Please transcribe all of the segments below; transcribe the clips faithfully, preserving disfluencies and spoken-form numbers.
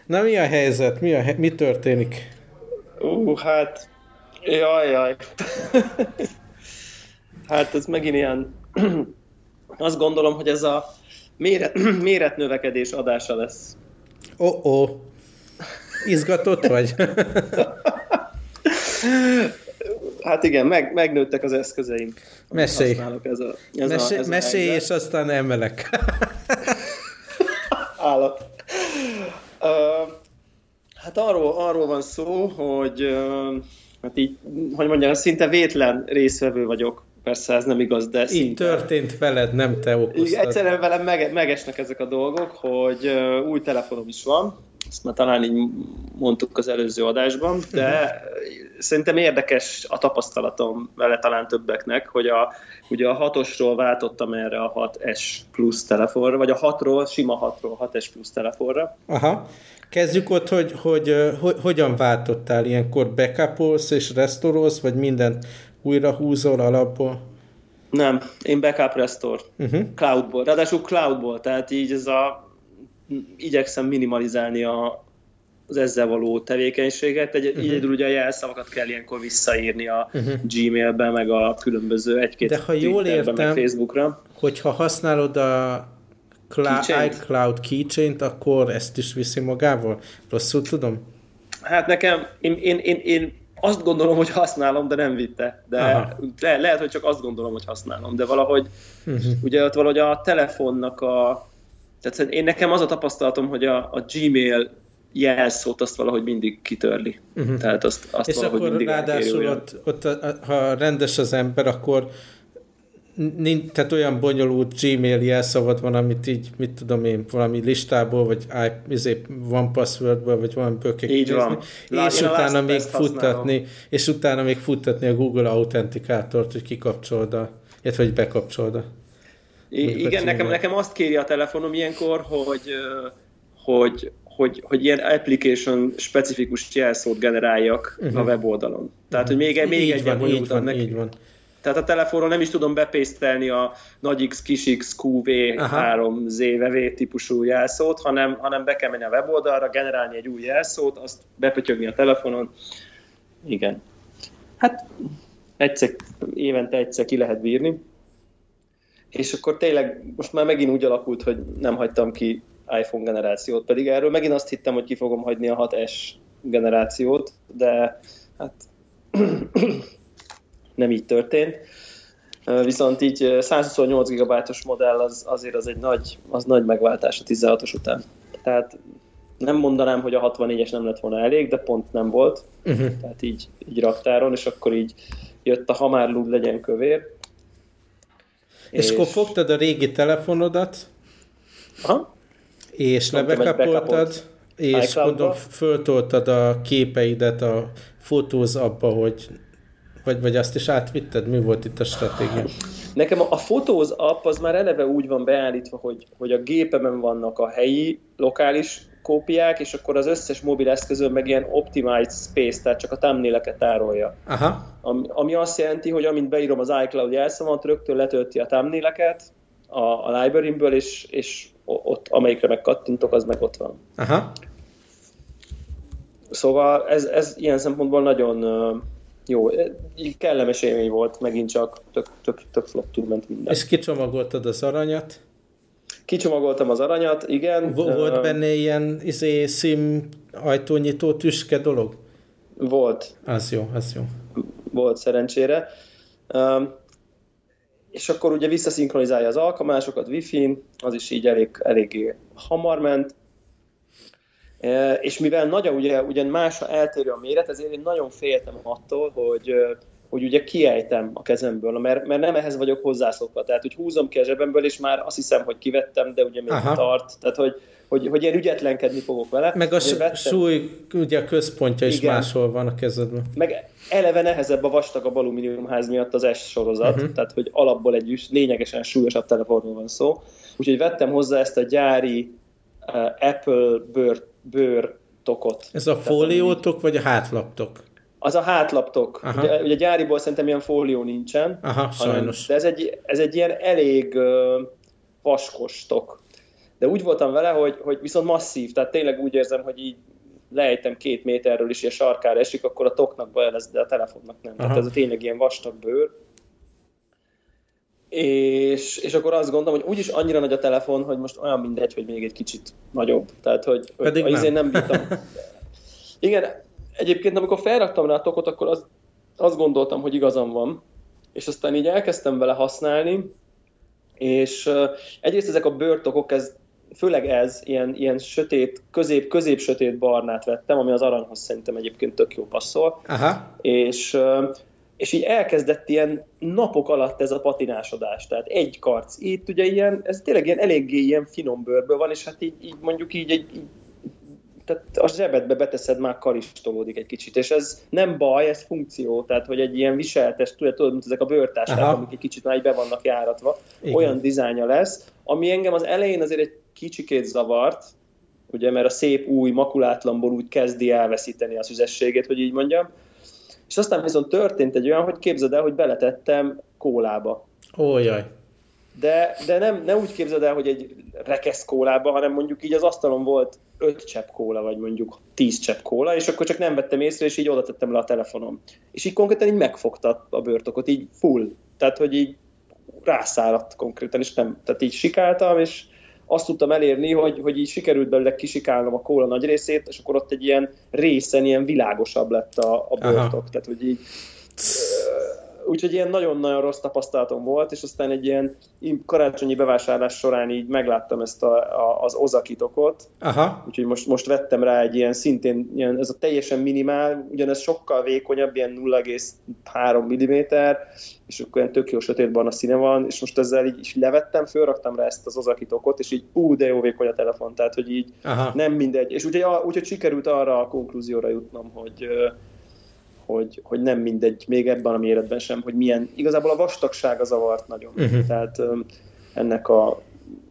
Na mi a helyzet? Mi, a he- mi történik? Ú, uh, hát... Jaj, jaj. Hát ez megint ilyen... Azt gondolom, hogy ez a méret, méretnövekedés adása lesz. Ó-ó. Izgatott vagy? Hát igen, meg, megnőttek az eszközeim. Mesélj. Ez a, ez Mesé- a, ez mesélj, a és aztán emelek. Állat. Uh, hát arról, arról van szó, hogy uh, hát így, hogy mondjam, szinte vétlen résztvevő vagyok. Persze ez nem igaz, de szinte. Így történt veled, nem te okoztad. Egyszerűen velem mege- megesnek ezek a dolgok, hogy uh, új telefonom is van. Ezt már talán így mondtuk az előző adásban, de uh-huh. szerintem érdekes a tapasztalatom vele talán többeknek, hogy a, ugye a hatosról váltottam erre a hat es plusz telefonra, vagy a hatról, sima hatról hat es plusz telefonra. Aha. Kezdjük ott, hogy, hogy, hogy hogyan váltottál, ilyenkor backupolsz és restorolsz, vagy mindent újra húzol alapból? Nem, én backup restore, uh-huh. cloudból, ráadásul cloudból, tehát így ez a igyekszem minimalizálni a, az ezzel való tevékenységet. Egy, uh-huh. Egyedül ugye a jelszavakat kell ilyenkor visszaírni a uh-huh. Gmailbe, meg a különböző egy-két de ha jól értem, meg Facebookra. Hogyha használod a Cla- iCloud Keychain-t, akkor ezt is viszi magával? Rosszul tudom? Hát nekem, én, én, én, én azt gondolom, hogy használom, de nem vitte. De le, lehet, hogy csak azt gondolom, hogy használom, de valahogy uh-huh. ugye ott valahogy a telefonnak a tehát én nekem az a tapasztalatom, hogy a, a Gmail jelszót azt valahogy mindig kitörli. Uh-huh. Tehát azt, azt és valahogy akkor mindig ráadásul ott, ott a, a, ha rendes az ember, akkor nincs, tehát olyan bonyolult Gmail jelszavad van, amit így, mit tudom én, valami listából, vagy van passwordból, vagy valamiből kell kinézni. És utána még futtatni, és utána még futtatni a Google Authenticátort, hogy kikapcsolod a, illetve hogy bekapcsolod a I- igen, nekem, nekem azt kéri a telefonom ilyenkor, hogy, hogy, hogy, hogy ilyen application specifikus jelszót generáljak uh-huh. a weboldalon. Tehát, hogy még, még egy bonyolultabb neki. Így van. Tehát a telefonról nem is tudom bepésztelni a nagy X, kis X, Q, V, három Z, V típusú jelszót, hanem, hanem be kell menni a weboldalra, generálni egy új jelszót, azt bepötyögni a telefonon. Igen. Hát egyszer, évente egyszer ki lehet bírni. És akkor tényleg most már megint úgy alakult, hogy nem hagytam ki iPhone generációt, pedig erről megint azt hittem, hogy ki fogom hagyni a hat es generációt, de hát nem így történt. Viszont így százhuszonnyolc gigabájtos modell az, azért az egy nagy, az nagy megváltás a tizenhatos után. Tehát nem mondanám, hogy a hatvannégyes nem lett volna elég, de pont nem volt. Uh-huh. Tehát így, így raktáron, és akkor így jött a ha már lúd legyen kövér. És, és akkor fogtad a régi telefonodat, aha. és lebekapoltad, és mondom, föltoltad a képeidet a fotóz abba, hogy vagy, vagy azt is átvitted? Mi volt itt a stratégia? Nekem a Photos app az már eleve úgy van beállítva, hogy, hogy a gépemen vannak a helyi, lokális kópiák, és akkor az összes mobil eszközön meg ilyen optimized space, tehát csak a thumbnaileket tárolja. Aha. Ami, ami azt jelenti, hogy amint beírom az iCloud jelszavamat, rögtön letölti a thumbnaileket a, a library-ből, és, és ott, amelyikre meg kattintok, az meg ott van. Aha. Szóval ez, ez ilyen szempontból nagyon jó, kellemes élmény volt, megint csak tök, tök, tök flottul ment minden. És kicsomagoltad az aranyat? Kicsomagoltam az aranyat, igen. Volt uh, benne ilyen izé, SIM ajtónyitó tüske dolog? Volt. Az jó, az jó. Volt szerencsére. Um, és akkor ugye visszaszinkronizálja az alkalmazásokat Wi-Fi-n, az is így elég, eléggé hamar ment. E, és mivel nagyon ugye, ugyan másra eltérő a méret, ezért én nagyon féltem attól, hogy, hogy ugye kiejtem a kezemből, mert, mert nem ehhez vagyok hozzászokva. Tehát, hogy húzom ki a zsebemből, és már azt hiszem, hogy kivettem, de ugye még Aha. tart. Tehát, hogy, hogy, hogy ilyen ügyetlenkedni fogok vele. Meg a súly, ugye a központja is Igen. máshol van a kezedben. Meg eleve nehezebb a vastagabb alumíniumház miatt az S sorozat, uh-huh. tehát, hogy alapból egy lényegesen súlyosabb telefonról van szó. Úgyhogy vettem hozzá ezt a gyári uh, Apple bőr, bőr tokot. Ez a fóliótok, vagy a hátlaptok? Az a hátlaptok. Ugye, ugye gyáriból szerintem ilyen fólió nincsen. Aha, sajnos. De ez egy, ez egy ilyen elég uh, vaskos tok. de úgy voltam vele, hogy, hogy viszont masszív, tehát tényleg úgy érzem, hogy így lejtem két méterről is, ilyen sarkára esik, akkor a toknak baj lesz, de a telefonnak nem. Aha. Tehát ez a tényleg ilyen vastag bőr. És, és akkor azt gondolom, hogy úgyis annyira nagy a telefon, hogy most olyan mindegy, hogy még egy kicsit nagyobb. Tehát, hogy, Pedig hogy nem. nem bírtam. Igen, egyébként amikor felraktam rá a tokot, akkor az, azt gondoltam, hogy igazam van. És aztán így elkezdtem vele használni, és uh, egyrészt ezek a bőrtokok, ez, főleg ez, ilyen, ilyen sötét, közép, közép sötét barnát vettem, ami az aranyhoz szerintem egyébként tök jó passzol. Aha. És, uh, és így elkezdett ilyen napok alatt ez a patinásodás, tehát egy karc itt, ugye ilyen, ez tényleg ilyen eléggé ilyen finom bőrből van, és hát így, így mondjuk így egy így, tehát a zsebedbe beteszed, már karistolódik egy kicsit, és ez nem baj, ez funkció, tehát hogy egy ilyen viseltes, tudod, tudod mint ezek a bőrtáskák, amik egy kicsit már így be vannak járatva, igen. Olyan dizájnja lesz, ami engem az elején azért egy kicsikét zavart, ugye, mert a szép új makulátlanból úgy kezdi elveszíteni a szüzességét, hogy így mondjam, és aztán viszont történt egy olyan, hogy képzeld el, hogy beletettem kólába. Ó, jaj. De, de nem, nem úgy képzeld el, hogy egy rekesz kólába, hanem mondjuk így az asztalon volt öt csepp kóla, vagy mondjuk tíz csepp kóla, és akkor csak nem vettem észre, és így oda tettem le a telefonom. És így konkrétan így megfogta a bőrtokot, így full. Tehát, hogy így rászáradt konkrétan, és nem, tehát így sikáltam, és azt tudtam elérni, hogy, hogy így sikerült belőle kisikálnom a kóla nagy részét, és akkor ott egy ilyen részen ilyen világosabb lett a, a bőrtok. Aha. Tehát, hogy így... Úgyhogy ilyen nagyon-nagyon rossz tapasztalatom volt, és aztán egy ilyen karácsonyi bevásárlás során így megláttam ezt a, a, az Ozaki tokot. Aha. Úgyhogy most, most vettem rá egy ilyen szintén, ilyen, ez a teljesen minimál, ugyanez sokkal vékonyabb, ilyen nulla egész három milliméter, és akkor ilyen tök jó sötétbarna színe van, és most ezzel így is levettem, fölraktam rá ezt az Ozaki tokot, és így ú, de jó vékony a telefon, tehát hogy így aha. Nem mindegy. És úgyhogy, úgyhogy sikerült arra a konklúzióra jutnom, hogy Hogy, hogy nem mindegy, még ebben a méretben sem, hogy milyen, igazából a vastagsága zavart nagyon. Uh-huh. Tehát um, ennek, a,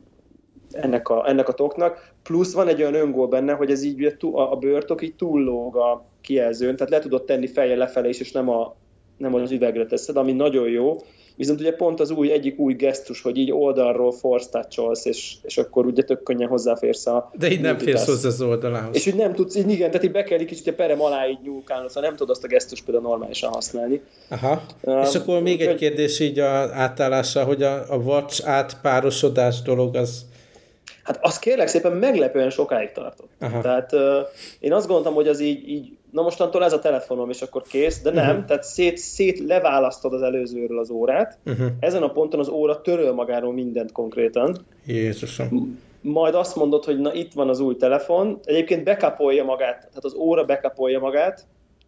ennek, a, ennek a toknak, plusz van egy olyan öngól benne, hogy ez így a, a bőrtok így túllóg a kijelzőn, tehát le tudod tenni fejjel lefele is, és nem, a, nem az üvegre teszed, ami nagyon jó. Viszont ugye pont az új, egyik új gesztus, hogy így oldalról force touch-olsz, és, és akkor ugye tök könnyen hozzáférsz a... De így nem férsz hozzá az oldalához. És úgy nem tudsz, így igen, tehát így be kell egy kicsit a perem alá így nyúlkálni, szóval nem tudod azt a gesztust például normálisan használni. Aha. Um, és akkor még egy kérdés így a átállással, hogy a, a watch átpárosodás dolog az... Hát az kérlek szépen meglepően sokáig tartott. Aha. Tehát uh, én azt gondoltam, hogy az így, így na mostantól ez a telefonom, és akkor kész, de nem, uh-huh. Tehát szét, szét leválasztod az előzőről az órát, uh-huh. Ezen a ponton az óra töröl magáról mindent konkrétan. Jézusom. Majd azt mondod, hogy na itt van az új telefon, egyébként backupolja magát, tehát az óra backupolja magát,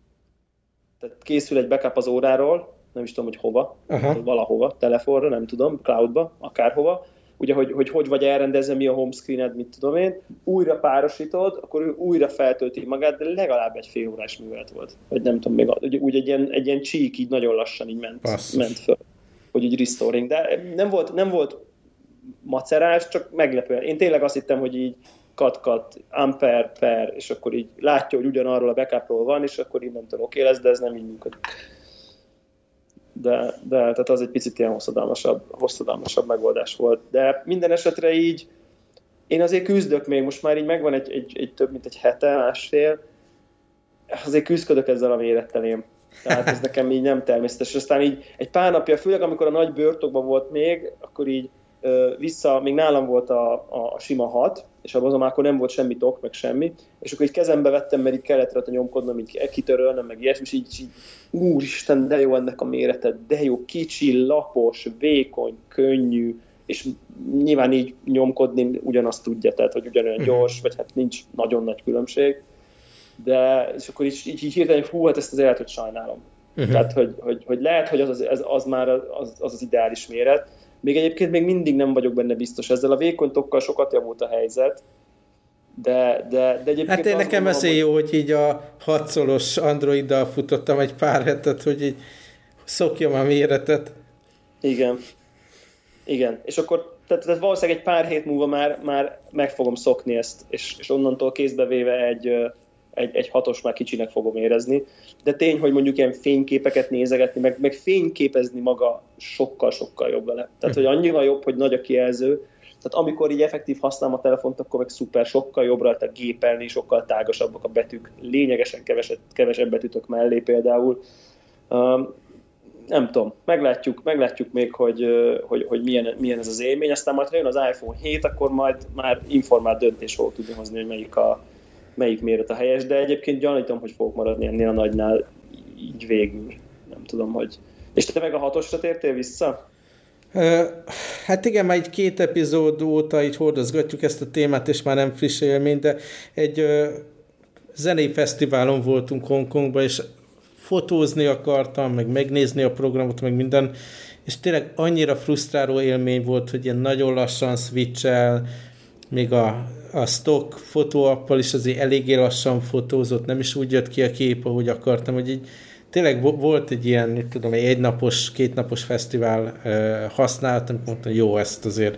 tehát készül egy backup az óráról, nem is tudom, hogy hova, uh-huh. Valahova, telefonra, nem tudom, cloudba, akárhova, ugye, hogy, hogy hogy vagy elrendezve, mi a homescreened, mit tudom én, újra párosítod, akkor ő újra feltölti magát, de legalább egy fél órás művelet volt. Vagy nem tudom, még úgy, úgy egy, ilyen, egy ilyen csík így nagyon lassan így ment, ment föl, hogy így restoring. De nem volt, nem volt macerás, csak meglepően. Én tényleg azt hittem, hogy így kat-kat, ampere per, és akkor így látja, hogy ugyanarról a backupról van, és akkor innentől oké lesz, de ez nem így működik. De, de tehát az egy picit ilyen hosszadalmasabb, hosszadalmasabb megoldás volt. De minden esetre így én azért küzdök még, most már így megvan egy, egy, egy több mint egy hete, másfél, azért küzdködök ezzel a mérettel én. Tehát ez nekem így nem természetes. Aztán így egy pár napja, főleg amikor a nagy bőrtokban volt még, akkor így ö, vissza, még nálam volt a, a, a sima hat, és abban már akkor nem volt semmi tok, meg semmi, és akkor így kezembe vettem, mert így kellett rajta nyomkodnom, így kitörölnem, meg ilyesmi, és így, így úristen, de jó ennek a mérete, de jó, kicsi, lapos, vékony, könnyű, és nyilván így nyomkodni ugyanazt tudja, tehát hogy ugyanolyan gyors, vagy hát nincs nagyon nagy különbség, de és akkor így, így, így hirtelen, hogy hú, hát ezt az életet sajnálom. Uh-huh. Tehát, hogy, hogy, hogy lehet, hogy az, az, az, az már az, az az ideális méret. Még egyébként még mindig nem vagyok benne biztos. Ezzel a vékony tokkal sokat javult a helyzet, de, de, de egyébként... Hát én nekem gondolom, ezért jó, hogy így a hatszolos Androiddal futottam egy pár hetet, hogy így szokjam a méretet. Igen. Igen. És akkor tehát, tehát valószínűleg egy pár hét múlva már, már meg fogom szokni ezt, és, és onnantól kézbe véve egy, egy, egy hatos már kicsinek fogom érezni. De tény, hogy mondjuk ilyen fényképeket nézegetni, meg, meg fényképezni maga sokkal-sokkal jobb vele. Tehát, hogy annyival jobb, hogy nagy a kijelző, Tehát amikor így effektív használom a telefont, akkor meg szuper, sokkal jobbra lehet gépelni, sokkal tágasabbak a betűk, lényegesen keveset, kevesebb ütök mellé például. Um, nem tudom, meglátjuk, meglátjuk még, hogy, hogy, hogy milyen, milyen ez az élmény, aztán majd ha jön az iPhone hét, akkor majd már informált döntés fogok tudni hozni, hogy melyik, a, melyik méret a helyes, de egyébként gyanítom, hogy fogok maradni ennél a nagynál így végül. Nem tudom, hogy... És te meg a hatosra tértél vissza? Uh, hát igen, már egy két epizód óta így hordozgatjuk ezt a témát, és már nem friss élmény, de egy uh, zenei fesztiválon voltunk Hongkongban, és fotózni akartam, meg megnézni a programot, meg minden, és tényleg annyira frusztráló élmény volt, hogy ilyen nagyon lassan switch-el, még a, a stock fotóappal is azért eléggé lassan fotózott, nem is úgy jött ki a kép, ahogy akartam, hogy így tényleg volt egy ilyen, mit tudom, egy egynapos, kétnapos fesztivál uh, használat, amit mondtam, jó, ezt azért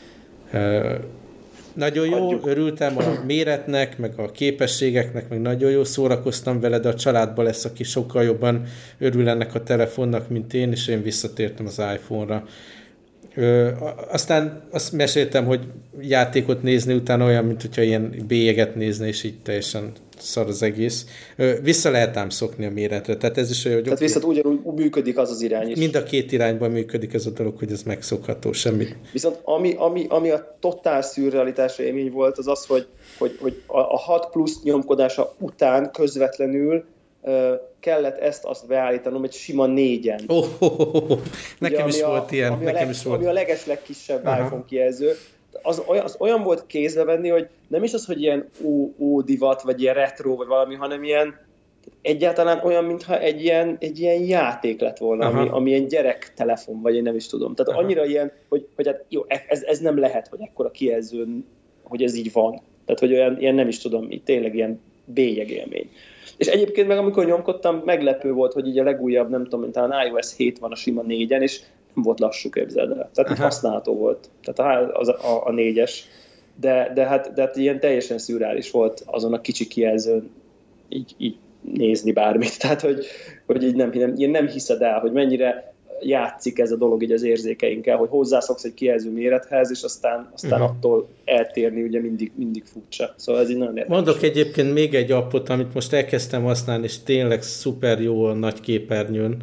uh, nagyon jó, adjuk. Örültem a méretnek, meg a képességeknek, meg nagyon jó szórakoztam vele, de a családban lesz, aki sokkal jobban örül ennek a telefonnak, mint én, és én visszatértem az iPhone-ra. Ö, aztán azt meséltem, hogy játékot nézni utána olyan, mint hogyha ilyen bélyeget nézni, és így teljesen szar az egész. Ö, vissza lehet ám szokni a méretre. Tehát ez is olyan, hogy... Tehát viszont ugyanúgy működik az az irány is. Mind a két irányban működik ez a dolog, hogy ez megszokható, semmi. Viszont ami, ami, ami a totál szürrealitás élmény volt, az az, hogy, hogy, hogy a, a hat plusz nyomkodása után közvetlenül kellett ezt-azt beállítanom egy sima négyen. Oh, oh, oh, oh. Nekem ugye, is a, volt ilyen. Ami, nekem a, leg, is volt. ami a legeslegkisebb Aha. iPhone kijelző. Az olyan, az olyan volt kézbe venni, hogy nem is az, hogy ilyen ó, ó divat, vagy ilyen retro, vagy valami, hanem ilyen egyáltalán olyan, mintha egy ilyen, egy ilyen játék lett volna, ami, ami ilyen gyerektelefon, vagy én nem is tudom. Tehát Aha. annyira ilyen, hogy, hogy hát jó, ez, ez nem lehet, hogy ekkora kijelző, hogy ez így van. Tehát, hogy olyan, ilyen nem is tudom, így tényleg ilyen bélyegélmény. És egyébként meg amikor nyomkodtam, meglepő volt, hogy így a legújabb, nem tudom, mint talán iOS hét van a sima négyen, és nem volt lassú, képzeld el. Tehát így használható volt. Tehát az a, a, a négyes. De, de, hát, de hát ilyen teljesen szürreális volt azon a kicsi kijelzőn így, így nézni bármit. Tehát, hogy, hogy így nem, nem, így nem hiszed el, hogy mennyire játszik ez a dolog így az érzékeinkkel, hogy hozzászoksz egy kijelző mérethez, és aztán, aztán uh-huh. attól eltérni ugye mindig, mindig furcsa. Szóval ez így nagyon érdekes. Mondok egyébként még egy appot, amit most elkezdtem használni, és tényleg szuper jó a nagy képernyőn.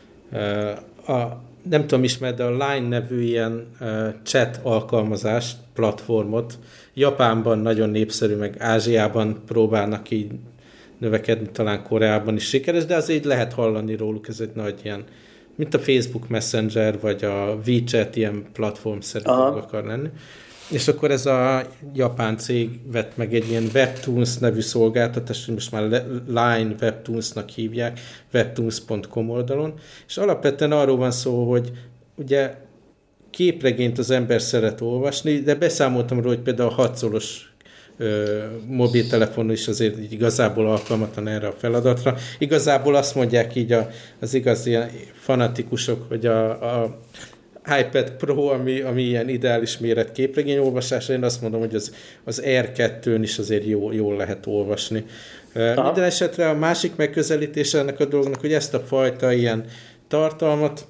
A, nem tudom, ismered, de a Line nevű ilyen chat alkalmazást, platformot. Japánban nagyon népszerű, meg Ázsiában próbálnak így növekedni, talán Koreában is sikeres, de azért lehet hallani róluk, ez egy nagy ilyen, mint a Facebook Messenger, vagy a WeChat, ilyen platformszerű dolog akar lenni. És akkor ez a japán cég vett meg egy ilyen Webtoons nevű szolgáltatást, hogy most már Line Webtoonsnak hívják, webtoons pont com oldalon, és alapvetően arról van szó, hogy ugye képregényt az ember szeret olvasni, de beszámoltam róla, hogy például a hatszoros mobiltelefonon is azért így igazából alkalmatlan erre a feladatra. Igazából azt mondják így a, az igazi fanatikusok, hogy a, a iPad Pro, ami, ami ilyen ideális méret képregényolvasásra, én azt mondom, hogy az, az er kettőn is azért jó, jól lehet olvasni. Aha. Minden esetre a másik megközelítése ennek a dolognak, hogy ezt a fajta ilyen tartalmat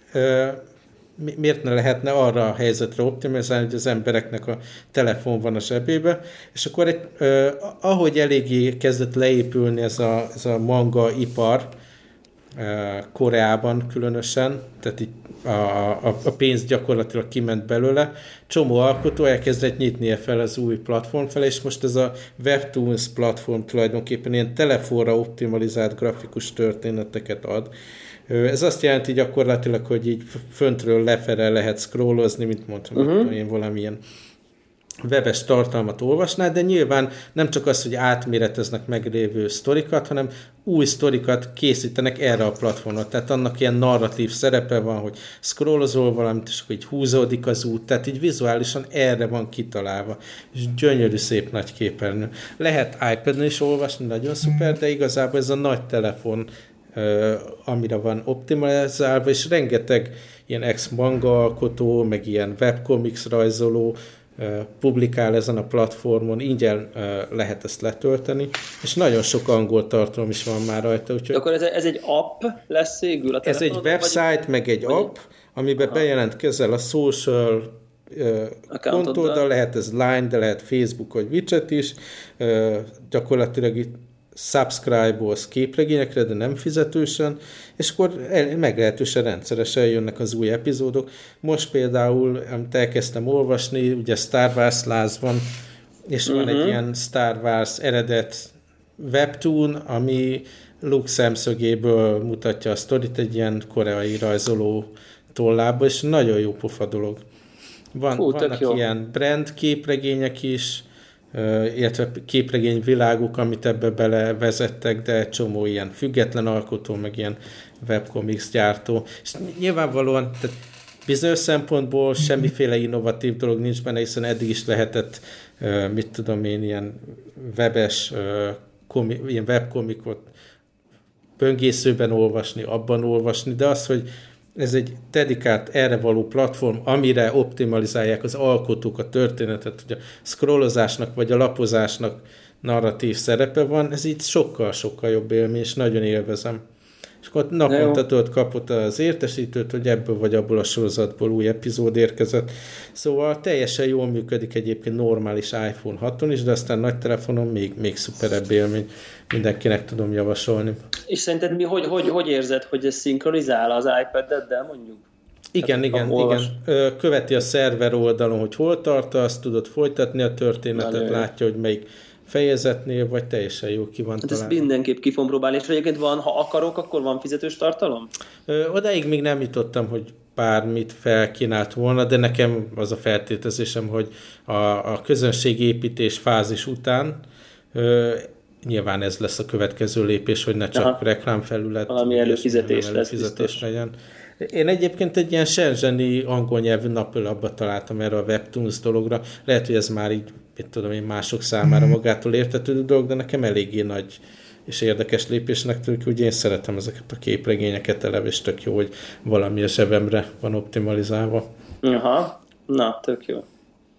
miért ne lehetne arra a helyzetre optimalizálni, hogy az embereknek a telefon van a zsebébe, és akkor egy, eh, ahogy eléggé kezdett leépülni ez a, ez a manga ipar, eh, Koreában különösen, tehát így a, a, a pénz gyakorlatilag kiment belőle, csomó alkotó elkezdett nyitnie fel az új platform fel, és most ez a Webtoons platform tulajdonképpen ilyen telefonra optimalizált grafikus történeteket ad. Ez azt jelenti gyakorlatilag, hogy így föntről lefele lehet scrollozni, mint mondtam, uh-huh. én valamilyen webes tartalmat olvasnál, de nyilván nem csak az, hogy átméreteznek meglévő sztorikat, hanem új sztorikat készítenek erre a platformra. Tehát annak ilyen narratív szerepe van, hogy scrollozol valamit, és akkor így húzódik az út, tehát így vizuálisan erre van kitalálva. És gyönyörű, szép nagy képernyő. Lehet iPadon is olvasni, nagyon szuper, de igazából ez a nagy telefon, Uh, amire van optimalizálva, és rengeteg ilyen ex-manga alkotó, meg ilyen webcomics rajzoló uh, publikál ezen a platformon, ingyen uh, lehet ezt letölteni, és nagyon sok angol tartalom is van már rajta. Úgyhogy akkor ez, ez egy app lesz végül a Ez egy website, vagy... meg egy app, amiben Aha. bejelentkezel a social kontóddal, lehet ez Line, de lehet Facebook vagy WeChat is, gyakorlatilag itt subscribe-olsz képregényekre, de nem fizetősen, és akkor el, meglehetősen rendszeresen jönnek az új epizódok. Most például, amit elkezdtem olvasni, ugye Star Wars láz van, és uh-huh. van egy ilyen Star Wars eredet webtoon, ami Luke szemszögéből mutatja a sztorit egy ilyen koreai rajzoló tollába, és nagyon jó pofa dolog. Van, Hú, vannak jó. ilyen brand képregények is, illetve képregényvilágok, amit ebbe belevezettek, de egy csomó ilyen független alkotó, meg ilyen webcomics gyártó. És nyilvánvalóan tehát bizonyos szempontból semmiféle innovatív dolog nincs benne, hiszen eddig is lehetett, mit tudom én, ilyen webes, komi, ilyen webkomikot böngészőben olvasni, abban olvasni, de az, hogy ez egy dedikált, erre való platform, amire optimalizálják az alkotók a történetet, hogy a scrollozásnak vagy a lapozásnak narratív szerepe van, ez így sokkal-sokkal jobb élmény, és nagyon élvezem. És akkor naponta tudod kapott az értesítőt, hogy ebből vagy abból a sorozatból új epizód érkezett. Szóval teljesen jól működik egyébként normális iPhone haton is, de aztán nagy telefonon még, még szuperebb élmény. Mindenkinek tudom javasolni. És szerinted mi, hogy, hogy, hogy érzed, hogy ez szinkronizál az iPad-eddel mondjuk? Igen, igen, igen. Követi a szerver oldalon, hogy hol tartasz, tudod folytatni a történetet, Nagyon látja, hogy melyik fejezetnél, vagy teljesen jó ki van hát találva. Ezt mindenképp ki fogom próbálni, és egyébként van, ha akarok, akkor van fizetős tartalom? Ö, odáig még nem jutottam, hogy bármit felkínált volna, de nekem az a feltételezésem, hogy a, a közönségépítés fázis után ö, nyilván ez lesz a következő lépés, hogy ne csak Aha. reklámfelület, valami előfizetés, előfizetés legyen. Én egyébként egy ilyen shenzheni angol nyelvű napilapba találtam erre a Webtoons dologra. Lehet, hogy ez már így, mit tudom én, mások számára magától értetődő dolog, de nekem eléggé nagy és érdekes lépésnek tűnik, hogy én szeretem ezeket a képregényeket eleve, és tök jó, hogy valami a zsebemre van optimalizálva. Aha, na, tök jó.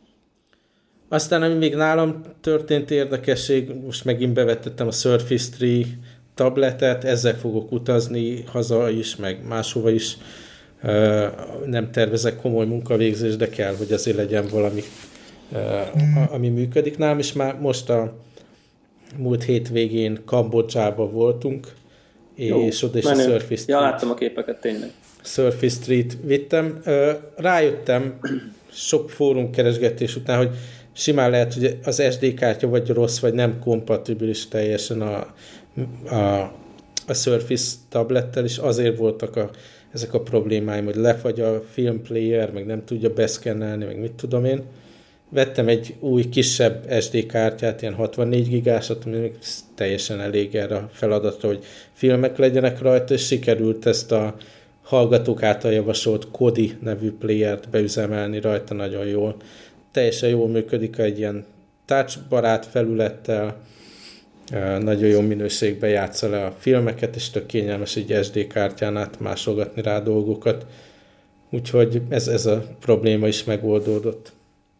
Aztán, ami még nálam történt érdekesség, most megint bevetettem a Surface Tree tabletet, ezzel fogok utazni haza is, meg máshova is. Nem tervezek komoly munkavégzést, de kell, hogy azért legyen valami, ami működik nálam, és már most a múlt hétvégén Kambodzsában voltunk, Jó, és oda is menő. A Surface Street. Ja, láttam a képeket, tényleg. Surface Street vittem. Rájöttem sok fórumkeresgetés után, hogy simán lehet, hogy az es dé kártya vagy rossz, vagy nem kompatibilis teljesen a, a, a Surface tablettel, és azért voltak a, ezek a problémáim, hogy lefagy a filmplayer, meg nem tudja beszkennelni, meg mit tudom én. Vettem egy új, kisebb es dé kártyát, ilyen hatvannégy gigásat, ami még teljesen elég erre a feladatra, hogy filmek legyenek rajta, és sikerült ezt a hallgatók által javasolt Kodi nevű playert beüzemelni rajta nagyon jól. Teljesen jól működik egy ilyen touch-barát felülettel, nagyon jó minőségben játsza le a filmeket, és tök kényelmes egy es dé kártyán át másolgatni rá dolgokat. Úgyhogy ez, ez a probléma is megoldódott.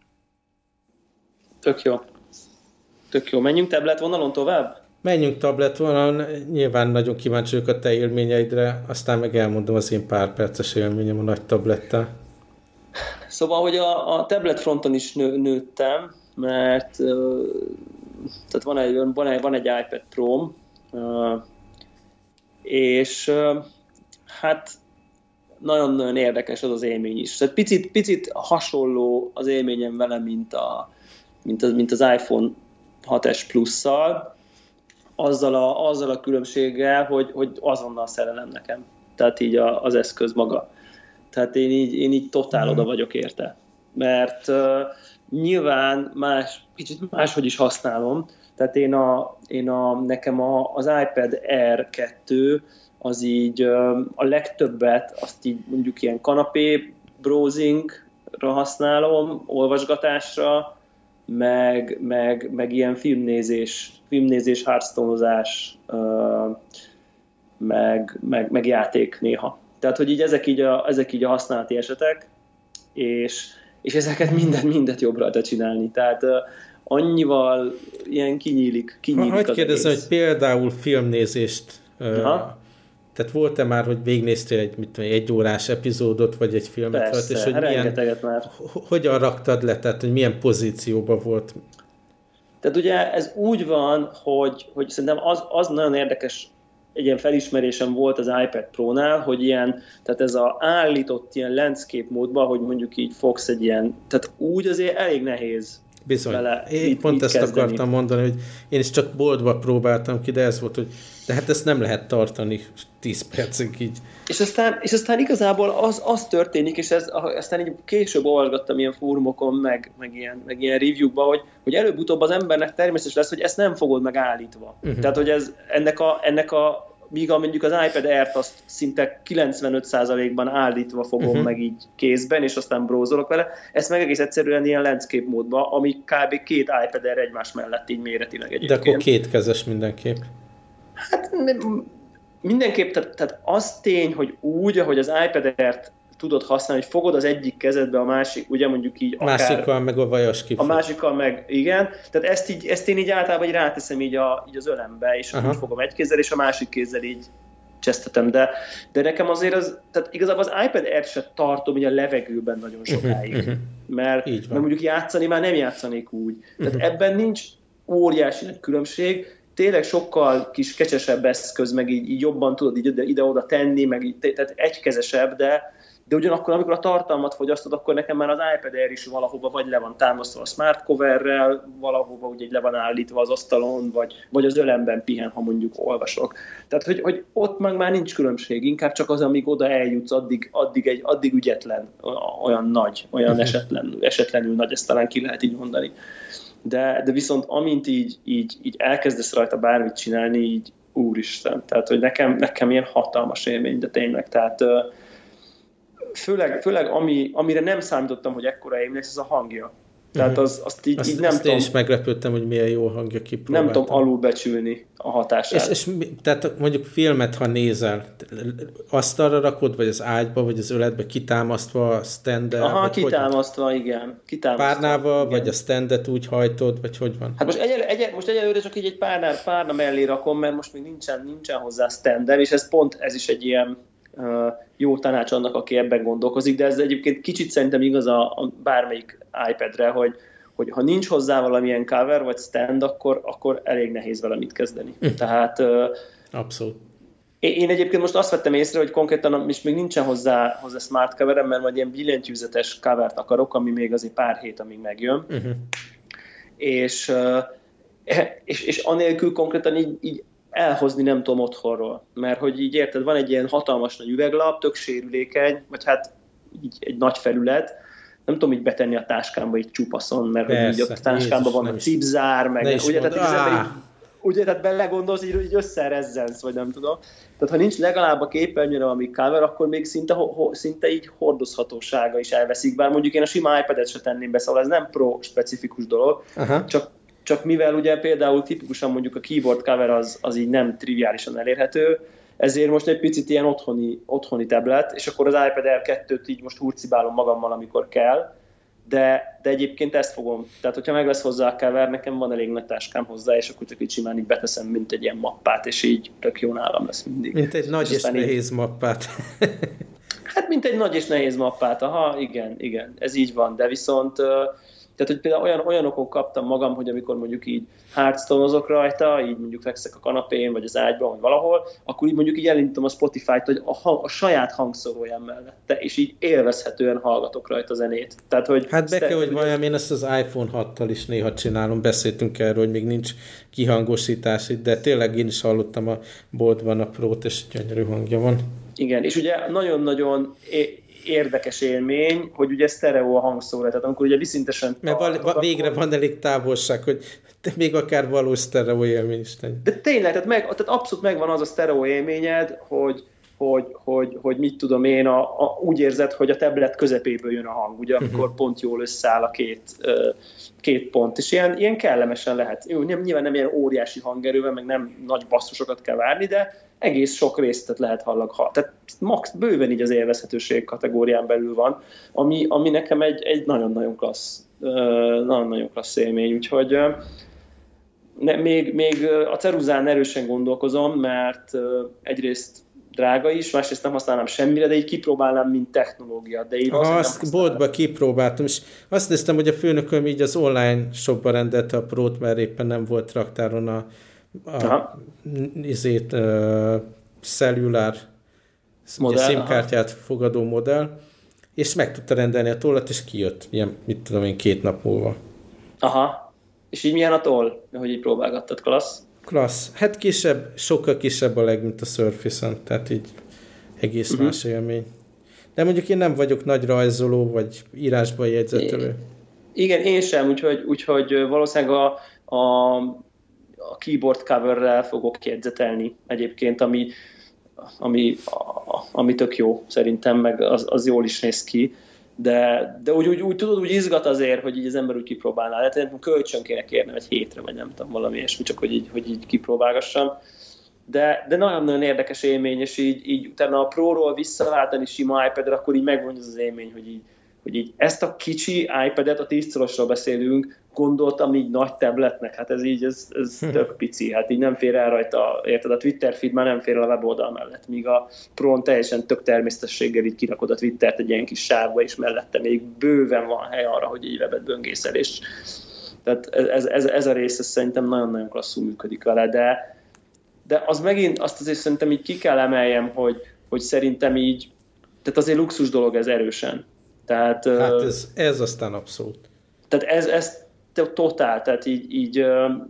Tök jó. Tök jó. Menjünk tablet vonalon tovább? Menjünk tablet vonalon. Nyilván nagyon kíváncsi vagyok a te élményeidre, aztán meg elmondom az én pár perces élményem a nagy tablettel. Szóval, hogy a, a tablet fronton is nő, nőttem, mert uh, tehát van egy, van egy, van egy iPad Pro-m, uh, és uh, hát nagyon-nagyon érdekes az az élmény is. Tehát picit, picit hasonló az élményem vele, mint, a, mint, az, mint az iPhone hat es Plus-szal, azzal a, azzal a különbséggel, hogy, hogy azonnal szerelem nekem. Tehát így a, az eszköz maga. Tehát én így, én így totál oda vagyok érte. Mert uh, nyilván más, kicsit máshogy is használom. Tehát én a, én a, nekem a, az iPad Air kettő az így uh, a legtöbbet, azt így mondjuk ilyen kanapé browsingra használom, olvasgatásra, meg, meg, meg ilyen filmnézés, filmnézés, hearthstone-ozás, uh, meg, meg, meg játék néha. Tehát, hogy így ezek így a, ezek így a használati esetek, és, és ezeket minden, mindet jobb rajta csinálni. Tehát uh, annyival ilyen kinyílik, kinyílik Hadd az kérdezem, egész. hogy például filmnézést uh, Tehát volt-e már, hogy végignéztél egy, mit tudom, egy órás epizódot, vagy egy filmet? Persze, és hogy rengeteget milyen, már. Hogyan raktad le, tehát hogy milyen pozícióban volt? Tehát ugye ez úgy van, hogy, hogy szerintem az, az nagyon érdekes, egy ilyen felismerésem volt az iPad Pro-nál, hogy ilyen, tehát ez az állított ilyen landscape módban, hogy mondjuk így fogsz egy ilyen, tehát úgy azért elég nehéz. Bizony. Vele én mit, pont mit ezt kezdeni. akartam mondani, hogy én is csak boltba próbáltam ki, de ez volt, hogy de hát ezt nem lehet tartani tíz percig így. És aztán, és aztán igazából az, az történik, és ez, aztán így később olvasgattam ilyen fórumokon, meg, meg, ilyen, meg ilyen review-ba, hogy, hogy előbb-utóbb az embernek természetes lesz, hogy ezt nem fogod meg állítva. Uh-huh. Tehát, hogy ez, ennek a, ennek a míg a, mondjuk az iPad Air-t azt szinte kilencvenöt százalékban állítva fogom uh-huh. meg így kézben, és aztán brózolok vele. Ezt meg egész egyszerűen ilyen landscape módban, ami kb. Két iPad Air egymás mellett így méretileg egyébként. De akkor kétkezes mindenképp. Hát mindenképp, tehát, tehát az tény, hogy úgy, ahogy az iPad Air-t tudod használni, hogy fogod az egyik kezedbe, a másik, ugye mondjuk így akár... Másikkal meg a vajas kifut. A másikkal meg, igen. Tehát ezt, így, ezt én így általában így ráteszem így, a, így az ölembe, és Aha. úgy fogom egy kézzel, és a másik kézzel így csesztetem. De, de nekem azért az, tehát igazából az iPad Air-t se tartom így a levegőben nagyon sokáig. Uh-huh. Mert, mert mondjuk játszani már nem játszanék úgy. Tehát uh-huh. ebben nincs óriási nagy különbség. Tényleg sokkal kis kecsesebb eszköz, meg így, így jobban tudod így ide-oda tenni, meg így, tehát egykezesebb, de, de ugyanakkor, amikor a tartalmat fogyasztod, akkor nekem már az iPad Air is valahova vagy le van támasztva a smart coverrel, valahova ugye le van állítva az asztalon, vagy, vagy az ölemben pihen, ha mondjuk olvasok. Tehát, hogy, hogy ott meg már nincs különbség, inkább csak az, amíg oda eljutsz, addig, addig, egy, addig ügyetlen, olyan nagy, olyan esetlen, esetlenül nagy, ezt talán ki lehet így mondani. De, de viszont amint így, így, így elkezdesz rajta bármit csinálni, így úristen, tehát hogy nekem, nekem ilyen hatalmas élmény, de tényleg, tehát főleg, főleg ami, amire nem számítottam, hogy ekkora élmény lesz, ez a hangja. Tehát az, azt így, azt, így nem azt tudom... én is meglepődtem, hogy milyen jó hangja kipróbáltam. Nem tudom alulbecsülni a hatását. És, és tehát mondjuk filmet, ha nézel, asztalra rakod, vagy az ágyba, vagy az öletbe kitámasztva a standel? Aha, kitámasztva, hogy... igen. Kitámasztva, párnával, igen. vagy a standet úgy hajtod, vagy hogy van? Hát most, egyel, egyel, most egyelőre csak így egy párna, párna mellé rakom, mert most még nincsen, nincsen hozzá standem, és ez pont, ez is egy ilyen uh, jó tanács annak, aki ebben gondolkozik, de ez egyébként kicsit szerintem igaz a, a bármelyik iPadre, hogy, hogy ha nincs hozzá valamilyen cover vagy stand, akkor, akkor elég nehéz vele mit kezdeni. Hm. Tehát... Uh, Abszolút. Én egyébként most azt vettem észre, hogy konkrétan is még nincsen hozzá, hozzá smart coverem, mert majd ilyen billentyűzetes covert akarok, ami még azért pár hét, amíg megjön. Uh-huh. És, és, és anélkül konkrétan így, így elhozni nem tudom otthonról. Mert hogy így érted, van egy ilyen hatalmas nagy üveglap, tök sérülékeny, vagy hát így egy nagy felület, nem tudom így betenni a táskámba így csupaszon, mert persze, hogy így a táskámban van a cipzár, meg ugye, tehát az ember így, ugye, tehát belegondolsz, így, így összerezzensz, vagy nem tudom. Tehát ha nincs legalább a képernyőre valami cover, akkor még szinte, ho, szinte így hordozhatósága is elveszik, bár mondjuk én a sima iPad-et se tenném be, szóval ez nem pro-specifikus dolog, csak, csak mivel ugye például tipikusan mondjuk a keyboard cover az, az így nem triviálisan elérhető, ezért most egy picit ilyen otthoni, otthoni tablet, és akkor az iPad Air kettőt így most hurcibálom magammal, amikor kell, de, de egyébként ezt fogom. Tehát, hogyha meg lesz hozzá a cover, nekem van elég nagy táskám hozzá, és akkor csak így simán így beteszem, mint egy ilyen mappát, és így tök jó nálam lesz mindig. Mint egy nagy és, és nehéz így... mappát. Hát, mint egy nagy és nehéz mappát, aha, igen, igen, ez így van, de viszont... Tehát, hogy például olyan, olyanokon kaptam magam, hogy amikor mondjuk így Hearthstone-ozok rajta, így mondjuk fekszek a kanapén, vagy az ágyban, vagy valahol, akkor így mondjuk így elindítom a Spotify-t, hogy a, a saját hangszoróján mellette, és így élvezhetően hallgatok rajta zenét. Tehát, hogy hát be kell, hogy valami, én ezt az iPhone hattal is néha csinálom, beszéltünk erről, hogy még nincs kihangosítás, de tényleg én is hallottam a boltban a Pro-t, és gyönyörű hangja van. Igen, és ugye nagyon-nagyon... érdekes élmény, hogy ugye sztereó a hangszóra, tehát amikor ugye viszintesen... Mert val- va- végre van elég távolság, hogy te még akár valós sztereó élmény is legyen. De tényleg, tehát, meg, tehát abszolút megvan az a sztereó élményed, hogy, hogy, hogy, hogy mit tudom én, a, a, úgy érzed, hogy a tablet közepéből jön a hang, ugye, amikor uh-huh. pont jól összeáll a két, uh, két pont, és ilyen, ilyen kellemesen lehet. Jó, nyilván nem ilyen óriási hangerővel, meg nem nagy basszusokat kell várni, de egész sok részletet lehet hallani. Tehát max, bőven így az élvezhetőség kategórián belül van, ami, ami nekem egy, egy nagyon-nagyon klassz, uh, nagyon-nagyon klassz élmény, úgyhogy uh, ne, még, még a ceruzán erősen gondolkozom, mert uh, egyrészt drága is, másrészt nem használnám semmire, de így kipróbálnám, mint technológia. De így Aha, azt boltba kipróbáltam, és azt néztem, hogy a főnököm így az online shopba rendelte a Pro-t, mert éppen nem volt raktáron a, a izét, uh, cellulár SIM-kártyát fogadó modell, és meg tudta rendelni a tollat, és kijött, ilyen, mit tudom én, két nap múlva. Aha. És így milyen a toll, hogy így próbálgattad, klassz? Klassz. Hát kisebb, sokkal kisebb a leg, mint a Surface-on, tehát így egész uh-huh. más élmény. De mondjuk én nem vagyok nagy rajzoló, vagy írásban jegyzetelő. Igen, én sem, úgyhogy, úgyhogy valószínűleg a, a, a keyboard coverrel fogok jegyzetelni egyébként, ami, ami, a, ami tök jó szerintem, meg az, az jól is néz ki. De, de úgy, úgy, úgy tudod, úgy izgat azért, hogy így az ember úgy kipróbálná. Hát kölcsön kéne kérnem egy hétre, vagy nem tudom, valami ilyesmi, csak hogy így, hogy így kipróbálgassam. De, de nagyon-nagyon érdekes élmény, és így, így utána a Pro-ról visszaváltani sima iPad-re, akkor így megvan az az élmény, hogy így, hogy így ezt a kicsi iPad-et, a tíz szorosról beszélünk, gondoltam így nagy tabletnek, hát ez így, ez, ez tök pici, hát így nem fér el rajta, érted, a Twitter feed már nem fér el a weboldal mellett, míg a Pro-n teljesen tök természetességgel így kirakod a Twittert egy ilyen kis sávba, és mellette még bőven van hely arra, hogy így webet böngészel, és tehát ez, ez, ez a rész ez szerintem nagyon-nagyon klasszul működik vele, de, de az megint azt azért szerintem így ki kell emeljem, hogy, hogy szerintem így, tehát azért luxus dolog ez erősen. Tehát, hát ez, ez aztán abszolút. Tehát ez, ez totál, tehát így, így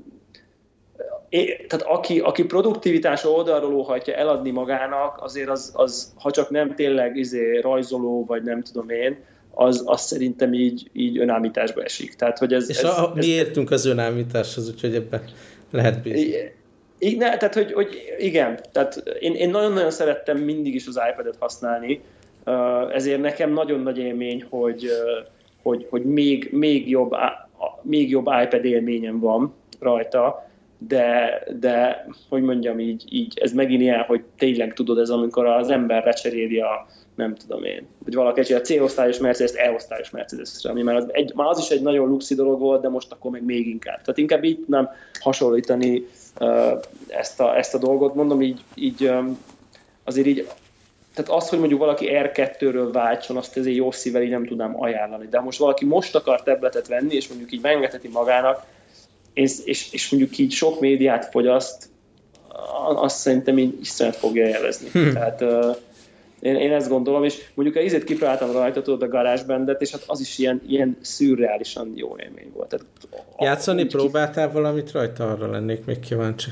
é, tehát aki, aki produktivitás oldalról óhajtja eladni magának, azért az, az ha csak nem tényleg izé, rajzoló, vagy nem tudom én, az, az szerintem így, így önállításba esik. Tehát, hogy ez, és ez, a, ez, mi értünk az önállításhoz, úgyhogy ebben lehet bízni. I, ne, tehát, hogy, hogy igen, tehát én, én nagyon-nagyon szerettem mindig is az iPad-et használni, ezért nekem nagyon nagy élmény, hogy, hogy, hogy még, még, jobb, még jobb iPad élményem van rajta, de, de hogy mondjam így, így, ez megint ilyen, hogy tényleg tudod, ez amikor az ember lecseréli a, nem tudom én, hogy valaki a C-osztályos Mercedes-t E-osztályos Mercedes-re, ami már az, egy, már az is egy nagyon luxi dolog volt, de most akkor meg még inkább. Tehát inkább így nem hasonlítani uh, ezt, a, ezt a dolgot, mondom így, így um, azért így. Tehát azt, hogy mondjuk valaki er kettőről váltson, azt ezért jó szívvel így nem tudnám ajánlani. De most valaki most akar tabletet venni, és mondjuk így megengedheti magának, és, és, és mondjuk így sok médiát fogyaszt, azt szerintem így iszonyat fogja élvezni. Hmm. Tehát uh, én, én ezt gondolom, és mondjuk a ízét kipróbáltam rajta, tudod, a GarageBandet, és hát az is ilyen, ilyen szürreálisan jó élmény volt. Tehát, játszani próbáltál ki... valamit rajta? Arra lennék még kíváncsi.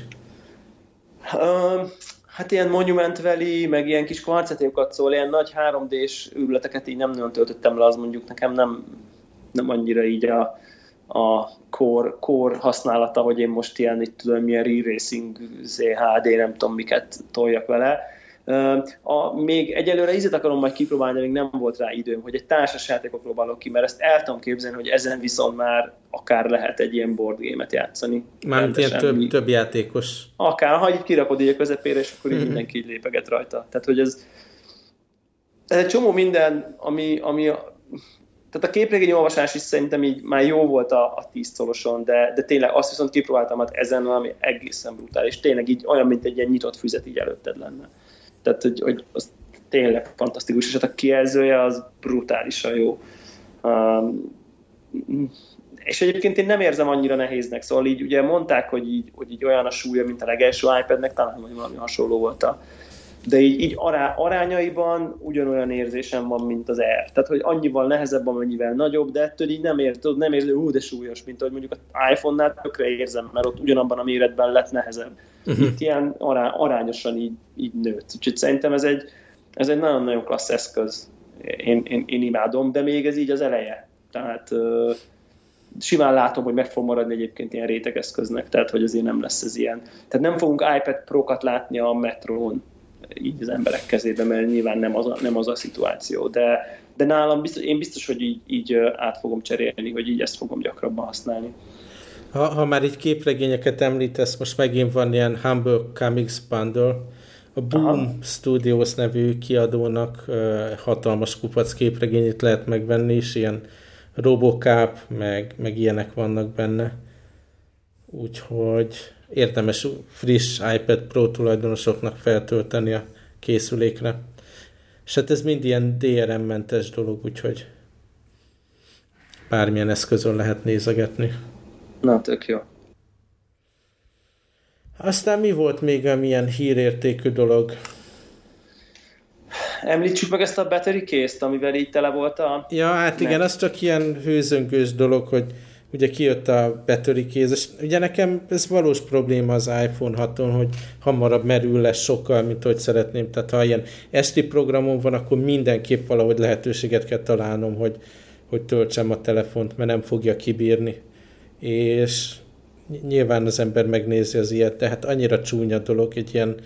Uh, Hát ilyen Monument Valley, meg ilyen kis kvarcetékokat szól, ilyen nagy három dés űrleteket így nem nagyon töltöttem le, az mondjuk nekem nem, nem annyira így a, a core, core használata, hogy én most ilyen, itt tudom, milyen re-racing, há dé, nem tudom miket toljak vele. A, még egyelőre ízét akarom majd kipróbálni, még nem volt rá időm, hogy egy társas játékot próbálok ki, mert ezt el tudom képzelni, hogy ezen viszont már akár lehet egy ilyen board game-et játszani. Mármint ilyen több, több játékos. Akár, ha így kirakod így a közepére, és akkor így mindenki így lépeget rajta. Tehát, hogy ez, ez egy csomó minden, ami, ami tehát a képregény olvasás is szerintem így már jó volt a, a tíz szoroson, de, de tényleg azt viszont kipróbáltam, hát ezen valami egészen brutális. Tényleg így olyan, mint egy ilyen nyitott füzet így előtted lenne. Tehát, hogy, hogy az tényleg fantasztikus, és hát a kijelzője az brutálisan jó. Um, és egyébként én nem érzem annyira nehéznek, szóval így ugye mondták, hogy így, hogy így olyan a súlya, mint a legelső iPadnek, talán valami hasonló volt a... De így, így ará, arányaiban ugyanolyan érzésem van, mint az Air. Tehát, hogy annyival nehezebb, amennyivel nagyobb, de ettől így nem érzed, nem érzed, hú, de súlyos, mint ahogy mondjuk az iPhone-nál tökre érzem, mert ott ugyanabban a méretben lett nehezebb. Uh-huh. Itt ilyen ará, arányosan így, így nőtt. Úgyhogy szerintem ez egy, ez egy nagyon-nagyon klassz eszköz. Én, én, én imádom, de még ez így az eleje. Tehát uh, simán látom, hogy meg fog maradni egyébként ilyen rétegeszköznek, tehát hogy azért nem lesz ez ilyen. Tehát nem fogunk iPad Pro-kat látni a metrón, így az emberek kezében, mert nyilván nem az a, nem az a szituáció, de, de nálam biztos, én biztos, hogy így, így át fogom cserélni, hogy így ezt fogom gyakrabban használni. Ha, ha már így képregényeket említesz, most megint van ilyen Humble Comics Bundle, a Boom Aha. Studios nevű kiadónak uh, hatalmas kupac képregényét lehet megvenni, és ilyen Robocop, meg, meg ilyenek vannak benne. Úgyhogy érdemes friss iPad Pro tulajdonosoknak feltölteni a készülékre. És hát ez mind ilyen dé er em-mentes dolog, úgyhogy bármilyen eszközön lehet nézegetni. Na, tök jó. Aztán mi volt még a milyen hírértékű dolog? Említsük meg ezt a battery case-t, amivel így tele volt a... Ja, hát igen, az csak ilyen hőzöngős dolog, hogy ugye kijött a battery case, és ugye nekem ez valós probléma az iPhone haton, hogy hamarabb merül lesz sokkal, mint hogy szeretném. Tehát ha ilyen es té programom van, akkor mindenképp valahogy lehetőséget kell találnom, hogy, hogy töltsem a telefont, mert nem fogja kibírni. És nyilván az ember megnézi az ilyet, de hát annyira csúnya dolog, egy ilyen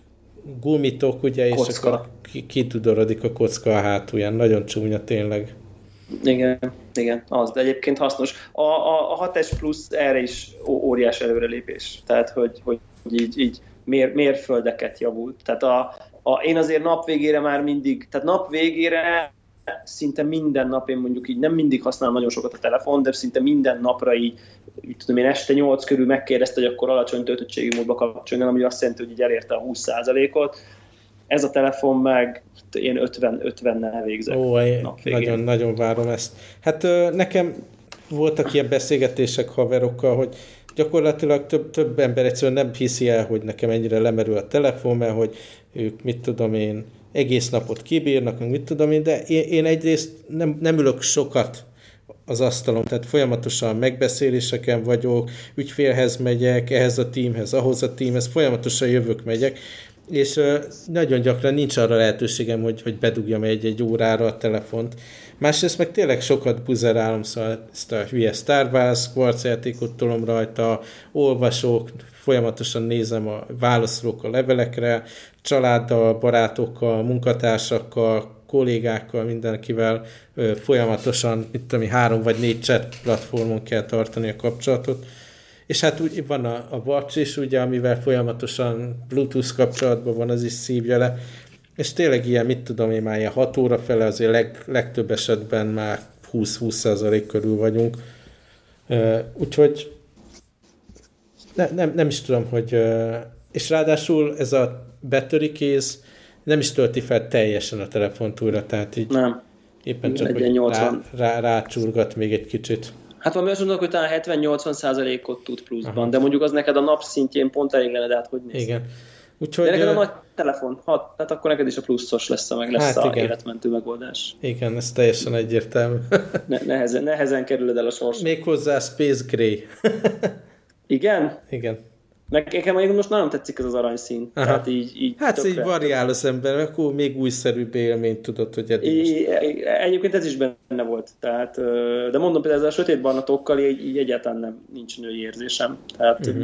gumitok, ugye, és kocka. Akkor kitudorodik a kocka a hátulján. Nagyon csúnya tényleg. Igen, igen, az, de egyébként hasznos. A, a, a hat es Plus erre is óriás előrelépés. Tehát, hogy, hogy így, így mér, mérföldeket javult. Tehát a, a, én azért nap végére már mindig, tehát nap végére szinte minden nap, én mondjuk így nem mindig használom nagyon sokat a telefon, de szinte minden napra így, így tudom én, este nyolc körül megkérdezte, hogy akkor alacsony töltöttségi módba kapcsoljon, ami azt jelenti, hogy így elérte a húsz százalékot. Ez a telefon meg én ötvennel végzek. Ó, nagyon, nagyon várom ezt. Hát nekem voltak ilyen beszélgetések haverokkal, hogy gyakorlatilag több, több ember egyszerűen nem hiszi el, hogy nekem ennyire lemerül a telefon, mert hogy ők, mit tudom én, egész napot kibírnak, mit tudom én, de én, én egyrészt nem, nem ülök sokat az asztalon, tehát folyamatosan megbeszéléseken vagyok, ügyfélhez megyek, ehhez a teamhez, ahhoz a teamhez, folyamatosan jövök, megyek, és uh, nagyon gyakran nincs arra lehetőségem, hogy, hogy bedugjam egy-egy órára a telefont. Másrészt meg tényleg sokat buzerálom, szóval ezt a hülye Star Wars Quartz játékot tolom rajta, olvasok, folyamatosan nézem, a válaszolok a levelekre, családdal, barátokkal, munkatársakkal, kollégákkal, mindenkivel ö, folyamatosan, mit tudom, három vagy négy chat platformon kell tartani a kapcsolatot. És hát úgy van a, a Watch is, ugye, amivel folyamatosan Bluetooth kapcsolatban van, az is szívja le. És tényleg ilyen, mit tudom én, már ilyen hat óra fele, azért leg, legtöbb esetben már húsz-húsz százalék körül vagyunk. Uh, úgyhogy ne, nem, nem is tudom, hogy... Uh, és ráadásul ez a battery case nem is tölti fel teljesen a telefont újra, tehát így nem. éppen csak, hogy rá, rá, rácsurgat még egy kicsit. Hát valami azt mondok, hogy talán hetven-nyolcvan százalékot tud pluszban, aha, de mondjuk az neked a nap szintjén pont elég lenne, de hát hogy néz. Igen. Úgyhogy, de neked a nagy telefon, hat, tehát akkor neked is a pluszos lesz, meg lesz hát a igen, életmentő megoldás. Igen, ez teljesen egyértelmű. ne, nehezen, nehezen kerüled el a sors. Méghozzá Space Gray. Igen? Igen. Nekem most nagyon tetszik ez az aranyszín. Tehát így, így hát így variál az ember, akkor még újszerűbb élményt tudod, hogy eddig most... Egyébként ez is benne volt. Tehát, de mondom, például ez a sötétbarna tokkal így, így egyáltalán nem, nincs női érzésem. Tehát uh-huh.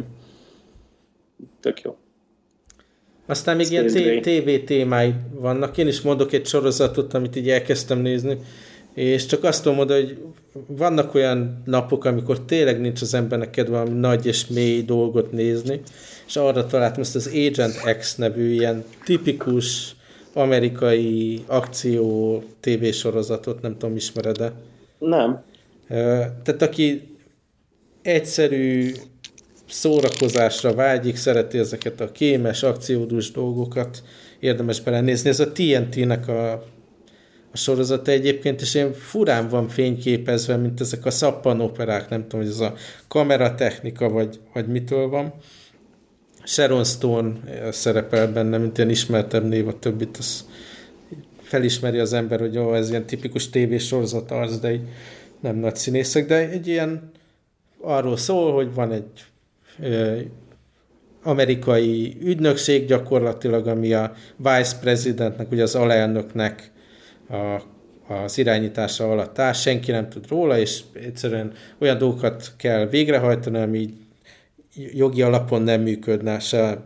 tök jó. Aztán még Space ilyen tévé témái vannak. Én is mondok egy sorozatot, amit így elkezdtem nézni, és csak azt tudom mondani, hogy vannak olyan napok, amikor tényleg nincs az embernek kedve valami nagy és mély dolgot nézni, és arra találtam ezt az Agent X nevű ilyen tipikus amerikai akció tévésorozatot, nem tudom, ismered-e? Nem. Tehát aki egyszerű szórakozásra vágyik, szereti ezeket a kémes, akciódús dolgokat, érdemes belenézni. Ez a té en té-nek a, a sorozata egyébként, és ilyen furán van fényképezve, mint ezek a szappanoperák, nem tudom, hogy ez a kameratechnika, vagy, vagy mitől van. Sharon Stone szerepel benne, mint ilyen ismertebb név, a többit az felismeri az ember, hogy jó, ez ilyen tipikus tévésorozat arc, de így nem nagy színészek, de egy ilyen arról szól, hogy van egy ö, amerikai ügynökség gyakorlatilag, ami a vice presidentnek, ugye az alelnöknek a, az irányítása alatt áll, senki nem tud róla, és egyszerűen olyan dolgokat kell végrehajtani, ami így jogi alapon nem működne se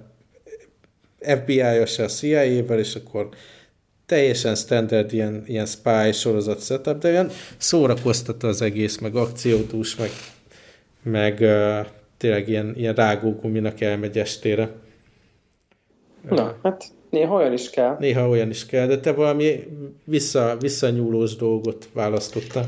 ef bé í-ja, se a cé i á-vel, és akkor teljesen standard ilyen, ilyen spy sorozat setup, de olyan szórakoztató az egész, meg akciódús, meg, meg uh, tényleg ilyen, ilyen rágóguminak elmegy estére. Na, uh, hát néha olyan is kell. Néha olyan is kell, de te valami vissza, visszanyúlós dolgot választottál.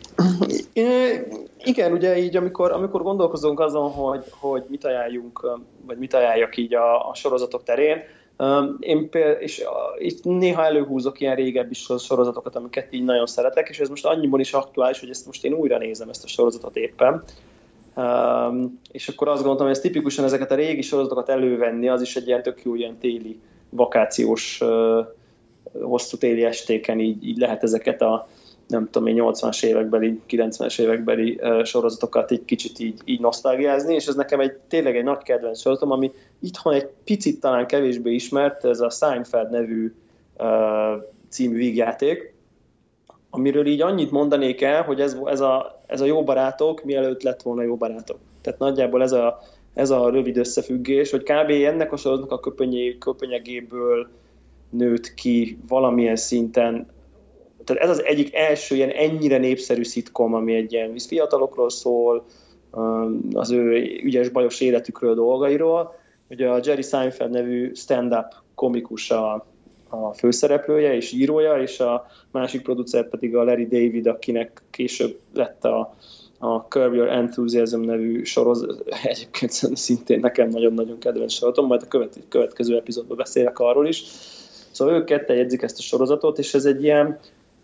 Igen, ugye így, amikor, amikor gondolkozunk azon, hogy, hogy mit ajánljunk, vagy mit ajánljak így a, a sorozatok terén, Én például, és itt néha előhúzok ilyen régebbi sorozatokat, amiket így nagyon szeretek, és ez most annyiban is aktuális, hogy ezt most én újra nézem, ezt a sorozatot éppen. Um, és akkor azt gondoltam, hogy ez tipikusan ezeket a régi sorozatokat elővenni, az is egy ilyen tök jó ilyen téli, vakációs, uh, hosszú téli estéken így, így lehet ezeket a nem tudom én, nyolcvanas évekbeli, kilencvenes évekbeli uh, sorozatokat egy kicsit így, így nosztalgiázni, és ez nekem egy, tényleg egy nagy kedvenc sorozatom, ami itthon egy picit talán kevésbé ismert, ez a Seinfeld nevű uh, című vígjáték, amiről így annyit mondanék el, hogy ez, ez, a, ez a Jó barátok mielőtt lett volna Jó barátok. Tehát nagyjából ez a, ez a rövid összefüggés, hogy kb. Ennek a sorozatnak a köpönyé, köpönyegéből nőtt ki valamilyen szinten. Tehát ez az egyik első ilyen ennyire népszerű szitkom, ami egy ilyen fiatalokról szól, az ő ügyes bajos életükről, dolgairól. Ugye a Jerry Seinfeld nevű stand-up komikus a, a főszereplője és írója, és a másik producer pedig a Larry David, akinek később lett a, a Curb Your Enthusiasm nevű sorozat. Egyébként szintén nekem nagyon-nagyon kedvenc sorozatom, majd a követ, következő epizódban beszélek arról is. Szóval ők ketten jegyzik ezt a sorozatot, és ez egy ilyen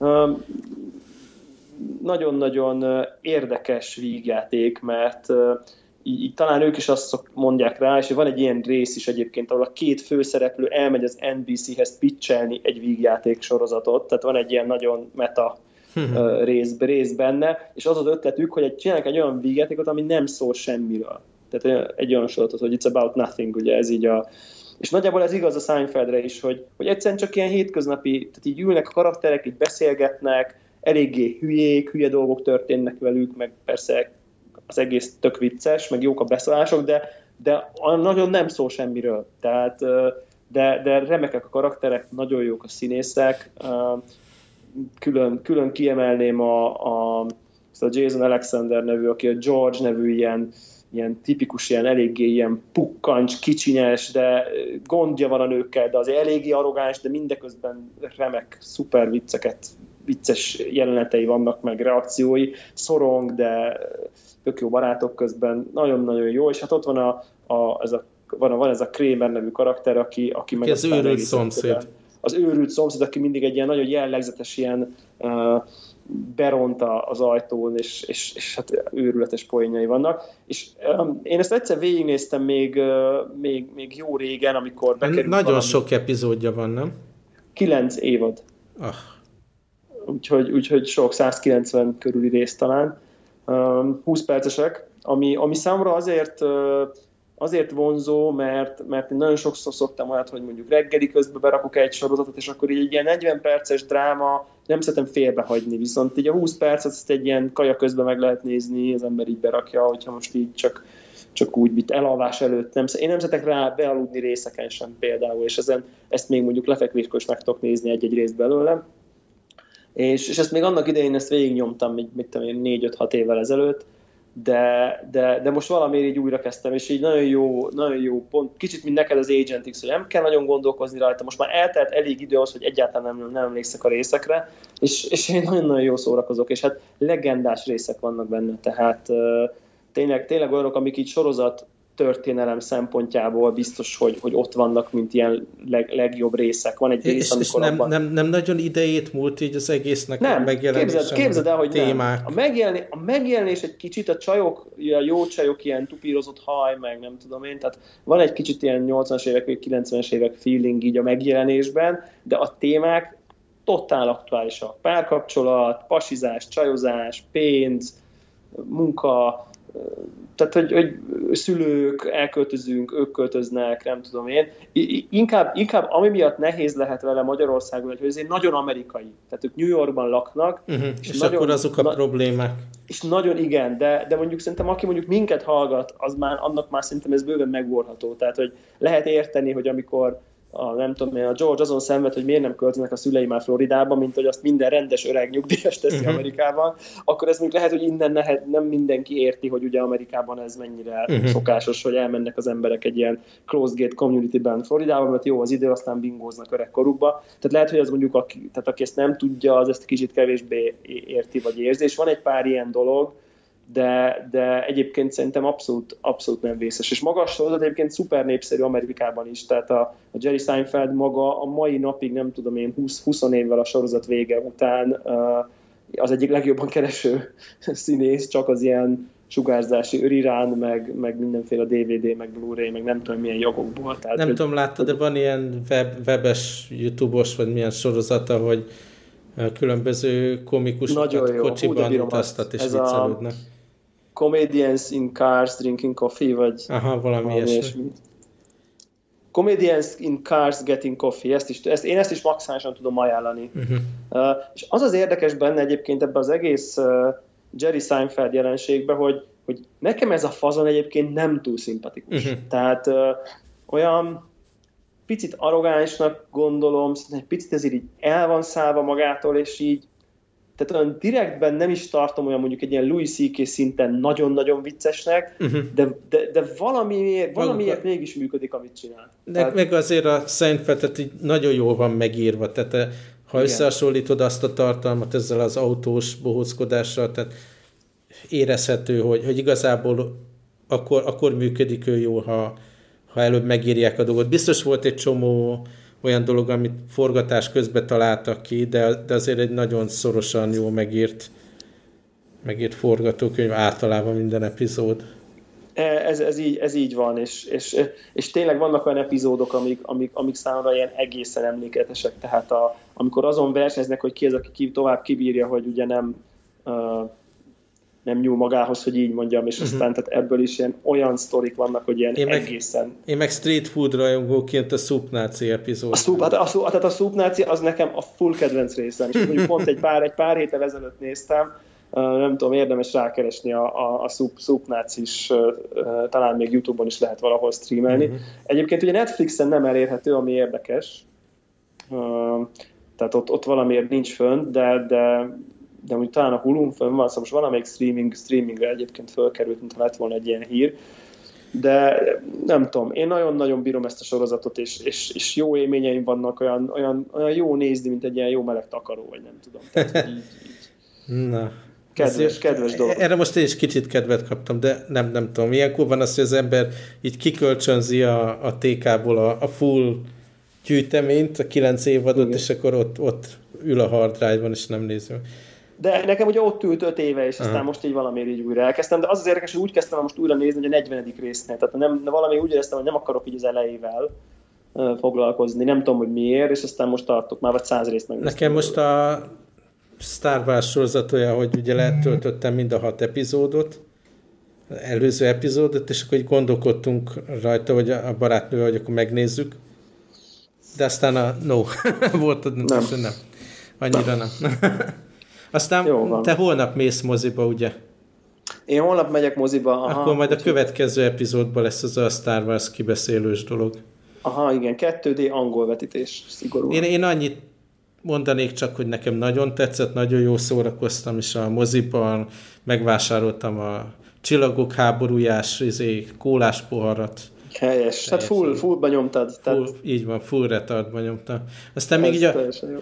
nagyon-nagyon érdekes vígjáték, mert így, így talán ők is azt mondják rá, és van egy ilyen rész is egyébként, ahol a két főszereplő elmegy az en bé cé-hez pitchelni egy vígjáték sorozatot, tehát van egy ilyen nagyon meta rész, rész benne, és az az ötletük, hogy csinálják egy olyan vígjátékot, ami nem szól semmiről. Tehát egy olyan sorozatot, hogy it's about nothing, ugye ez így a... És nagyjából ez igaz a Seinfeldre is, hogy, hogy egyszerűen csak ilyen hétköznapi, tehát így ülnek a karakterek, így beszélgetnek, eléggé hülyék, hülye dolgok történnek velük, meg persze az egész tök vicces, meg jók a beszólások, de, de nagyon nem szól semmiről. Tehát, de, de remekek a karakterek, nagyon jók a színészek. Külön, külön kiemelném a, a, a Jason Alexander nevű, aki a George nevű ilyen ilyen tipikus, ilyen eléggé ilyen pukkancs, kicsinyes, de gondja van a nőkkel, de azért eléggé arrogáns, de mindeközben remek, szuper vicceket, vicces jelenetei vannak, meg reakciói, szorong, de tök jó barátok közben, nagyon-nagyon jó, és hát ott van, a, a, ez, a, van, a, van ez a Kramer nevű karakter, aki, aki meg az őrült szomszéd. Az őrült szomszéd, aki mindig egy ilyen nagyon jellegzetes ilyen uh, beront az ajtón, és, és, és hát őrületes poénjai vannak. És um, én ezt egyszer végignéztem még, uh, még, még jó régen, amikor bekerült Nagyon valami. Sok epizódja van, nem? Kilenc évad. Ah. Úgyhogy, úgyhogy sok, százkilencven körüli rész talán. Um, húsz percesek, ami, ami számomra azért uh, azért vonzó, mert, mert én nagyon sokszor szoktam olyat, hogy mondjuk reggeli közben berakok egy sorozatot, és akkor így egy ilyen negyven perces dráma nem szeretem félbehagyni, viszont így a húsz percet ezt egy ilyen kaja közben meg lehet nézni, az ember így berakja, hogyha most így csak, csak úgy mit elalvás előtt nem. Én nem szeretek rá bealudni részeken sem például, és ezen, ezt még mondjuk lefekvéskor is meg tudok nézni egy-egy részt belőle. És, és ezt még annak idején ezt végignyomtam, mit tudom én, négy-öt-hat évvel ezelőtt, De, de, de most valamiért így újra kezdtem, és így nagyon jó, nagyon jó pont, kicsit mint neked az Agent X, hogy nem kell nagyon gondolkozni rajta, most már eltelt elég idő az, hogy egyáltalán nem, nem emlékszek a részekre, és, és én nagyon-nagyon jó szórakozok, és hát legendás részek vannak benne, tehát uh, tényleg, tényleg olyanok, amik így sorozat történelem szempontjából biztos, hogy, hogy ott vannak, mint ilyen leg, legjobb részek. Van egy rész, és, amikor és nem, abban... nem, nem nagyon idejét múlt így az egésznek nem, a megjelenésen? Képzeld, képzeld el, hogy témák. nem. A, megjelenés, a megjelenés egy kicsit, a csajok, a jó csajok, ilyen tupírozott haj, meg nem tudom én, tehát van egy kicsit ilyen nyolcvanas évek, vagy kilencvenes évek feeling így a megjelenésben, de a témák totál aktuálisak. Párkapcsolat, pasizás, csajozás, pénz, munka, tehát, hogy, hogy szülők, elköltözünk, ők költöznek, nem tudom én. I- inkább, inkább ami miatt nehéz lehet vele Magyarországon, hogy ez egy nagyon amerikai. Tehát ők New Yorkban laknak. Uh-huh. És, és nagyon, akkor azok a na- problémák. És nagyon igen, de, de mondjuk szerintem aki mondjuk minket hallgat, az már, annak már szerintem ez bőven megborható. Tehát, hogy lehet érteni, hogy amikor a, nem tudom én, a George azon szenved, hogy miért nem költöznek a szülei már Floridába, mint hogy azt minden rendes öreg nyugdíjas teszi uh-huh. Amerikában, akkor ez még lehet, hogy innen nehet, nem mindenki érti, hogy ugye Amerikában ez mennyire uh-huh. szokásos, hogy elmennek az emberek egy ilyen closed gate community-ben Floridában, mert jó az idő, aztán bingóznak öregkorukba. Tehát lehet, hogy az mondjuk, aki, tehát aki ezt nem tudja, az ezt kicsit kevésbé érti vagy érzi, és van egy pár ilyen dolog, de, de egyébként szerintem abszolút, abszolút nem vészes. És maga a sorozat egyébként szuper népszerű Amerikában is, tehát a, a Jerry Seinfeld maga a mai napig, nem tudom én, húsz évvel a sorozat vége után az egyik legjobban kereső színész, csak az ilyen sugárzási örirán, meg, meg mindenféle dé vé dé, meg Blu-ray, meg nem tudom milyen jogokból. Tehát, nem hogy, tudom, láttad, de van ilyen web, webes, YouTube-os, vagy milyen sorozata, hogy különböző komikusokat kocsiban utaztat és viccelődnek. Comedians in Cars Drinking Coffee, vagy aha, valami, valami ilyesmi. Comedians in Cars Getting Coffee, ezt is, ezt, én ezt is maximálisan tudom ajánlani. Uh-huh. Uh, és az az érdekes benne egyébként ebben az egész uh, Jerry Seinfeld jelenségben, hogy, hogy nekem ez a fazon egyébként nem túl szimpatikus. Uh-huh. Tehát uh, olyan picit arrogánsnak gondolom, egy picit ezért így el van szállva magától, és így tehát olyan direktben nem is tartom olyan mondjuk egy ilyen Louis cé ká szinten nagyon-nagyon viccesnek, uh-huh. de, de, de valamiért, valamiért mégis működik, amit csinál. De tehát... meg azért a Seinfeldet így nagyon jól van megírva, tehát ha igen. összehasonlítod azt a tartalmat ezzel az autós bohózkodással, tehát érezhető, hogy, hogy igazából akkor, akkor működik ő jól, ha, ha előbb megírják a dolgot. Biztos volt egy csomó olyan dolog, amit forgatás közben találtak ki, de, de azért egy nagyon szorosan jól megírt, megírt forgatókönyv általában minden epizód. Ez, ez, így, ez így van, és, és, és tényleg vannak olyan epizódok, amik, amik, amik számomra ilyen egészen emléketesek, tehát a, amikor azon versenyeznek, hogy ki az, aki ki, tovább kibírja, hogy ugye nem uh, nem nyúl magához, hogy így mondjam, és uh-huh. aztán tehát ebből is ilyen olyan sztorik vannak, hogy ilyen én egészen... Meg, én meg street food rajongóként a Soup Nazi epizód. A Soup, hát a, tehát a Soup Nazi az nekem a full kedvenc részem, és mondjuk pont egy pár, egy pár héttel ezelőtt néztem, uh, nem tudom, érdemes rákeresni a, a, a Soup, Soup Nazi is, uh, uh, talán még YouTube-on is lehet valahol streamelni. Uh-huh. Egyébként ugye Netflixen nem elérhető, ami érdekes, uh, tehát ott, ott valamiért nincs fönn, de, de de úgy talán a Hulu-n fönn van, szóval most valamelyik streaming, streamingre egyébként fölkerült, mintha lett volna egy ilyen hír, de nem tudom, én nagyon-nagyon bírom ezt a sorozatot, és, és, és jó élményeim vannak, olyan, olyan, olyan jó nézni, mint egy ilyen jó meleg takaró, vagy nem tudom. Tehát, így, így. Na. Kedves, kedves dolog. Erre most én is kicsit kedvet kaptam, de nem, nem tudom. Ilyenkor van az, hogy az ember így kikölcsönzi a, a té ká-ból a, a full gyűjteményt, a kilenc évadot, igen. és akkor ott, ott ül a hard drive-on, és nem nézem. De nekem ugye ott ült öt éve, és aztán uh-huh. most így valamiért így újra elkezdtem, de az az érdekes, hogy úgy kezdtem most újra nézni, hogy a negyvenedik résznél, tehát nem, valami úgy éreztem, hogy nem akarok így az elejével uh, foglalkozni, nem tudom, hogy miért, és aztán most tartok már, vagy száz részt megnéztem. Nekem most a Star Wars sorozat olyan, hogy ugye letöltöttem mind a hat epizódot, előző epizódot, és akkor így gondolkodtunk rajta, hogy a barátnővel, hogy akkor megnézzük, de aztán a no, volt a nem. nem. Annyira nem. nem. Aztán te holnap mész moziba, ugye? Én holnap megyek moziba. Aha, akkor majd a következő epizódban lesz az a Star Wars kibeszélős dolog. Aha, igen, kettő dé angol vetítés, szigorúan. Én, én annyit mondanék csak, hogy nekem nagyon tetszett, nagyon jó szórakoztam, és a moziban megvásároltam a Csillagok háborújás izé, kólás poharat. Helyes, tehát full, fullba nyomtad. Full, tehát... Így van, full retardba nyomtam. Aztán még így a...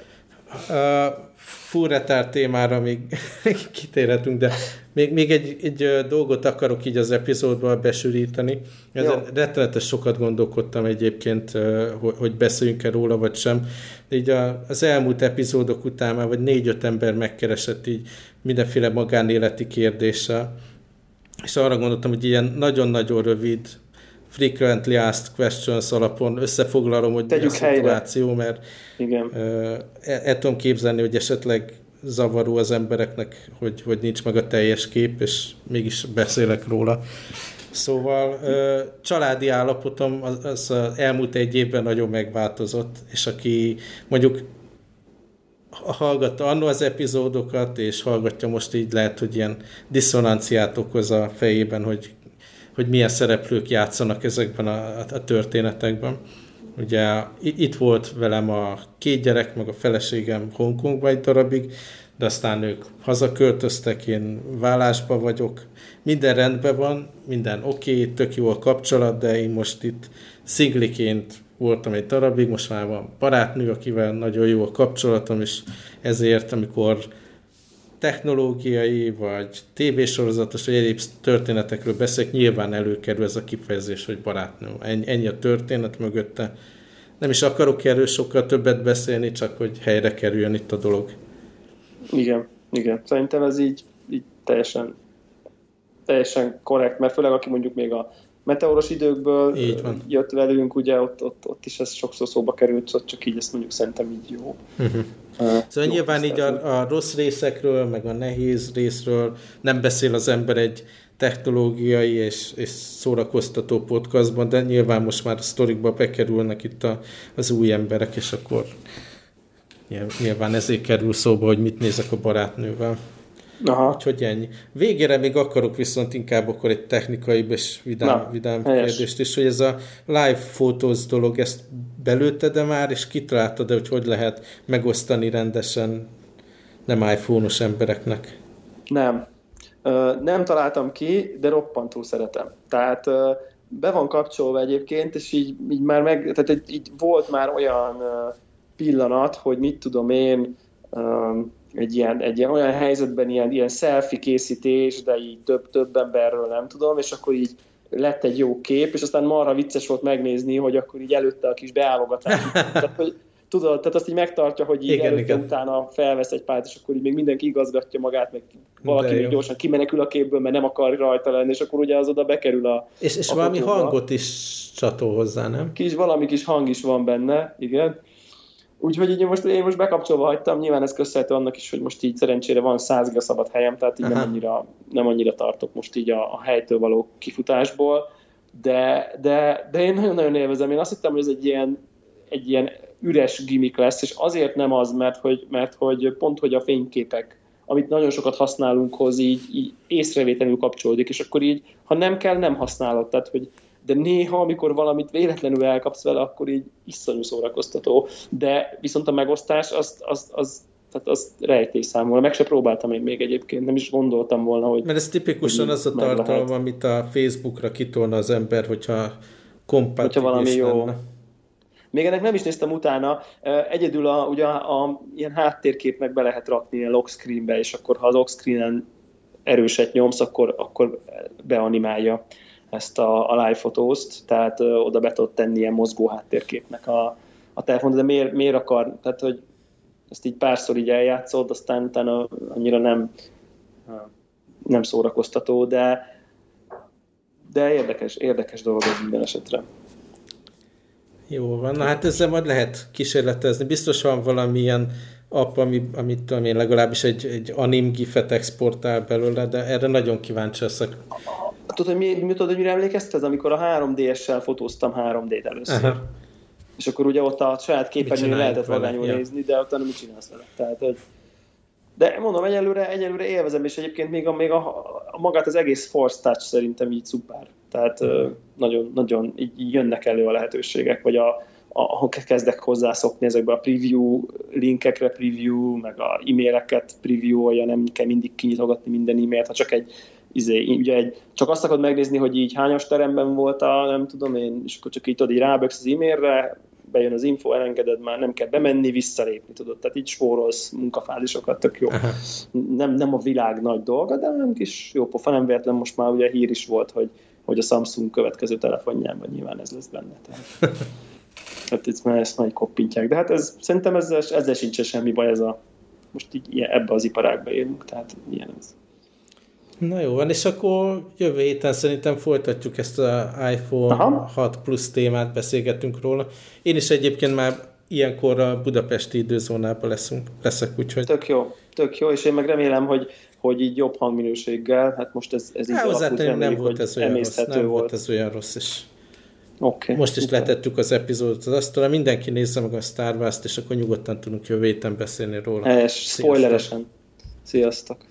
a full retard témára még kitérhetünk, de még, még egy, egy dolgot akarok így az epizódban besűríteni. Ezen rettenetes sokat gondolkodtam egyébként, hogy beszéljünk-e róla, vagy sem. De így az elmúlt epizódok után már vagy négy-öt ember megkeresett így mindenféle magánéleti kérdéssel. És arra gondoltam, hogy ilyen nagyon-nagyon rövid frequently asked questions alapon összefoglalom, hogy mi a szituáció, mert igen. el, el tudom képzelni, hogy esetleg zavaró az embereknek, hogy, hogy nincs meg a teljes kép, és mégis beszélek róla. Szóval családi állapotom az, az elmúlt egy évben nagyon megváltozott, és aki mondjuk hallgatta annó az epizódokat, és hallgatja most, így lehet, hogy ilyen diszonanciát okoz a fejében, hogy hogy milyen szereplők játszanak ezekben a, a történetekben. Ugye itt volt velem a két gyerek, meg a feleségem Hongkongban egy darabig, de aztán ők hazaköltöztek, én vállásban vagyok, minden rendben van, minden oké, okay, tök jó a kapcsolat, de én most itt szingliként voltam egy darabig, most már van barátnő, akivel nagyon jó a kapcsolatom, és ezért, amikor technológiai, vagy tévésorozatos, vagy egyéb történetekről beszélek, nyilván előkerül ez a kifejezés, hogy barátnő. Ennyi, ennyi a történet mögötte. Nem is akarok erről sokkal többet beszélni, csak hogy helyre kerüljön itt a dolog. Igen, igen. Szerintem ez így, így teljesen, teljesen korrekt, mert főleg aki mondjuk még a meteoros időkből jött velünk, ugye ott, ott, ott is ez sokszor szóba került, csak így ezt mondjuk szerintem így jó. Uh-huh. Uh, szóval jó, nyilván így a, a rossz részekről, meg a nehéz részről nem beszél az ember egy technológiai és, és szórakoztató podcastban, de nyilván most már a sztorikba bekerülnek itt a, az új emberek, és akkor nyilván ezért kerül szóba, hogy mit nézek a barátnővel. Aha. Úgyhogy ennyi. Végére még akarok viszont inkább akkor egy technikai és vidám, Na, vidám kérdést is, hogy ez a live photos dolog, ezt belőtted-e már, és kitaláltad-e, hogy hogy lehet megosztani rendesen nem iPhone-os embereknek? Nem. Nem találtam ki, de roppantul szeretem. Tehát be van kapcsolva egyébként, és így, így már meg, tehát így volt már olyan pillanat, hogy mit tudom én, egy ilyen, egy ilyen olyan helyzetben ilyen, ilyen selfie készítés, de így több, több emberről nem tudom, és akkor így lett egy jó kép, és aztán marha vicces volt megnézni, hogy akkor így előtte a kis beállogatás. tehát, hogy, tudod, tehát azt így megtartja, hogy így igen, előtte igen. utána felvesz egy párt, és akkor így még mindenki igazgatja magát, meg valaki még gyorsan kimenekül a képből, mert nem akar rajta lenni, és akkor ugye az oda bekerül a És, és a valami fotóba. Hangot is csatol hozzá, nem? Kis, valami kis hang is van benne, igen. Úgyhogy így most, én most bekapcsolva hagytam, nyilván ez köszönhető annak is, hogy most így szerencsére van száz giga szabad helyem, tehát így nem annyira, nem annyira tartok most így a, a helytől való kifutásból, de, de, de én nagyon-nagyon élvezem. Én azt hittem, hogy ez egy ilyen, egy ilyen üres gimmick lesz, és azért nem az, mert hogy, mert hogy pont, hogy a fényképek, amit nagyon sokat használunk hoz, így, így észrevétlenül kapcsolódik, és akkor így, ha nem kell, nem használod. Tehát, hogy de néha, amikor valamit véletlenül elkapsz vele, akkor így iszonyú szórakoztató. De viszont a megosztás, az, az, az, tehát az rejtély számomra. Meg se próbáltam én még egyébként, nem is gondoltam volna, hogy... Mert ez tipikusan az a tartalom, lehet. Amit a Facebookra kitolna az ember, hogyha kompatibilis hogyha valami jó. Lenne. Még ennek nem is néztem utána. Egyedül a, ugye a, a ilyen háttérképnek be lehet rakni ilyen lock screenbe, és akkor ha az lock screenen erőset nyomsz, akkor, akkor beanimálja ezt a, a live fotózt, tehát ö, oda be tudod tenni ilyen mozgó háttérképnek a, a telefon, de miért, miért akar, tehát hogy ezt így párszor így eljátszod, aztán utána annyira nem, nem szórakoztató, de, de érdekes, érdekes dolog ez minden esetre. Jó van, na hát ezzel majd lehet kísérletezni. Biztos van valamilyen app, ami, amit tudom én, legalábbis egy, egy anim gifet exportál belőle, de erre nagyon kíváncsi leszek. Tudod, hogy mi, mi tudod, hogy mire emlékezted? Amikor a három dé essel fotóztam három dét először. Aha. És akkor ugye ott a saját képernyőn lehetett magányul ja. nézni, de utána mit csinálsz vele? Tehát, hogy... De mondom, egyelőre, egyelőre élvezem, és egyébként még, a, még a, a magát az egész Force Touch szerintem így szuper. Tehát mm. nagyon, nagyon így, így jönnek elő a lehetőségek, vagy a, a, kezdek hozzászokni ezekbe a preview linkekre, preview, meg a e-maileket preview-olja, nem kell mindig kinyitogatni minden e-mailt, ha csak egy Izé, ugye egy, csak azt akarod megnézni, hogy így hányas teremben voltál, nem tudom én, és akkor csak így tudod, így ráböksz az e-mailre, bejön az info, elengeded, már nem kell bemenni, visszalépni, tudod, tehát így spórolsz munkafázisokat, tök jó. Nem, nem a világ nagy dolga, de nem kis jó pofa, nem véletlen most már ugye hír is volt, hogy, hogy a Samsung következő telefonjában nyilván ez lesz benne. Tehát, tehát itt már ezt majd koppintják, de hát ez, szerintem ezzel, ezzel sincs semmi baj, ez a, most így ilyen, ebbe az iparágba élünk, tehát ilyen ez. Na jó van, és akkor jövő héten szerintem folytatjuk ezt az iPhone Aha. hat Plus témát, beszélgetünk róla. Én is egyébként már ilyenkor a budapesti időzónában leszünk, leszek, úgyhogy... Tök jó, tök jó, és én meg remélem, hogy, hogy így jobb hangminőséggel, hát most ez, ez így alakult, reméljük, nem volt ez olyan rossz, nem volt. volt ez olyan rossz, és okay, most is okay. letettük az epizódot az asztalra, mindenki nézze meg a Star Wars-t, és akkor nyugodtan tudunk jövő héten beszélni róla. Es, spoileresen. Sziasztok!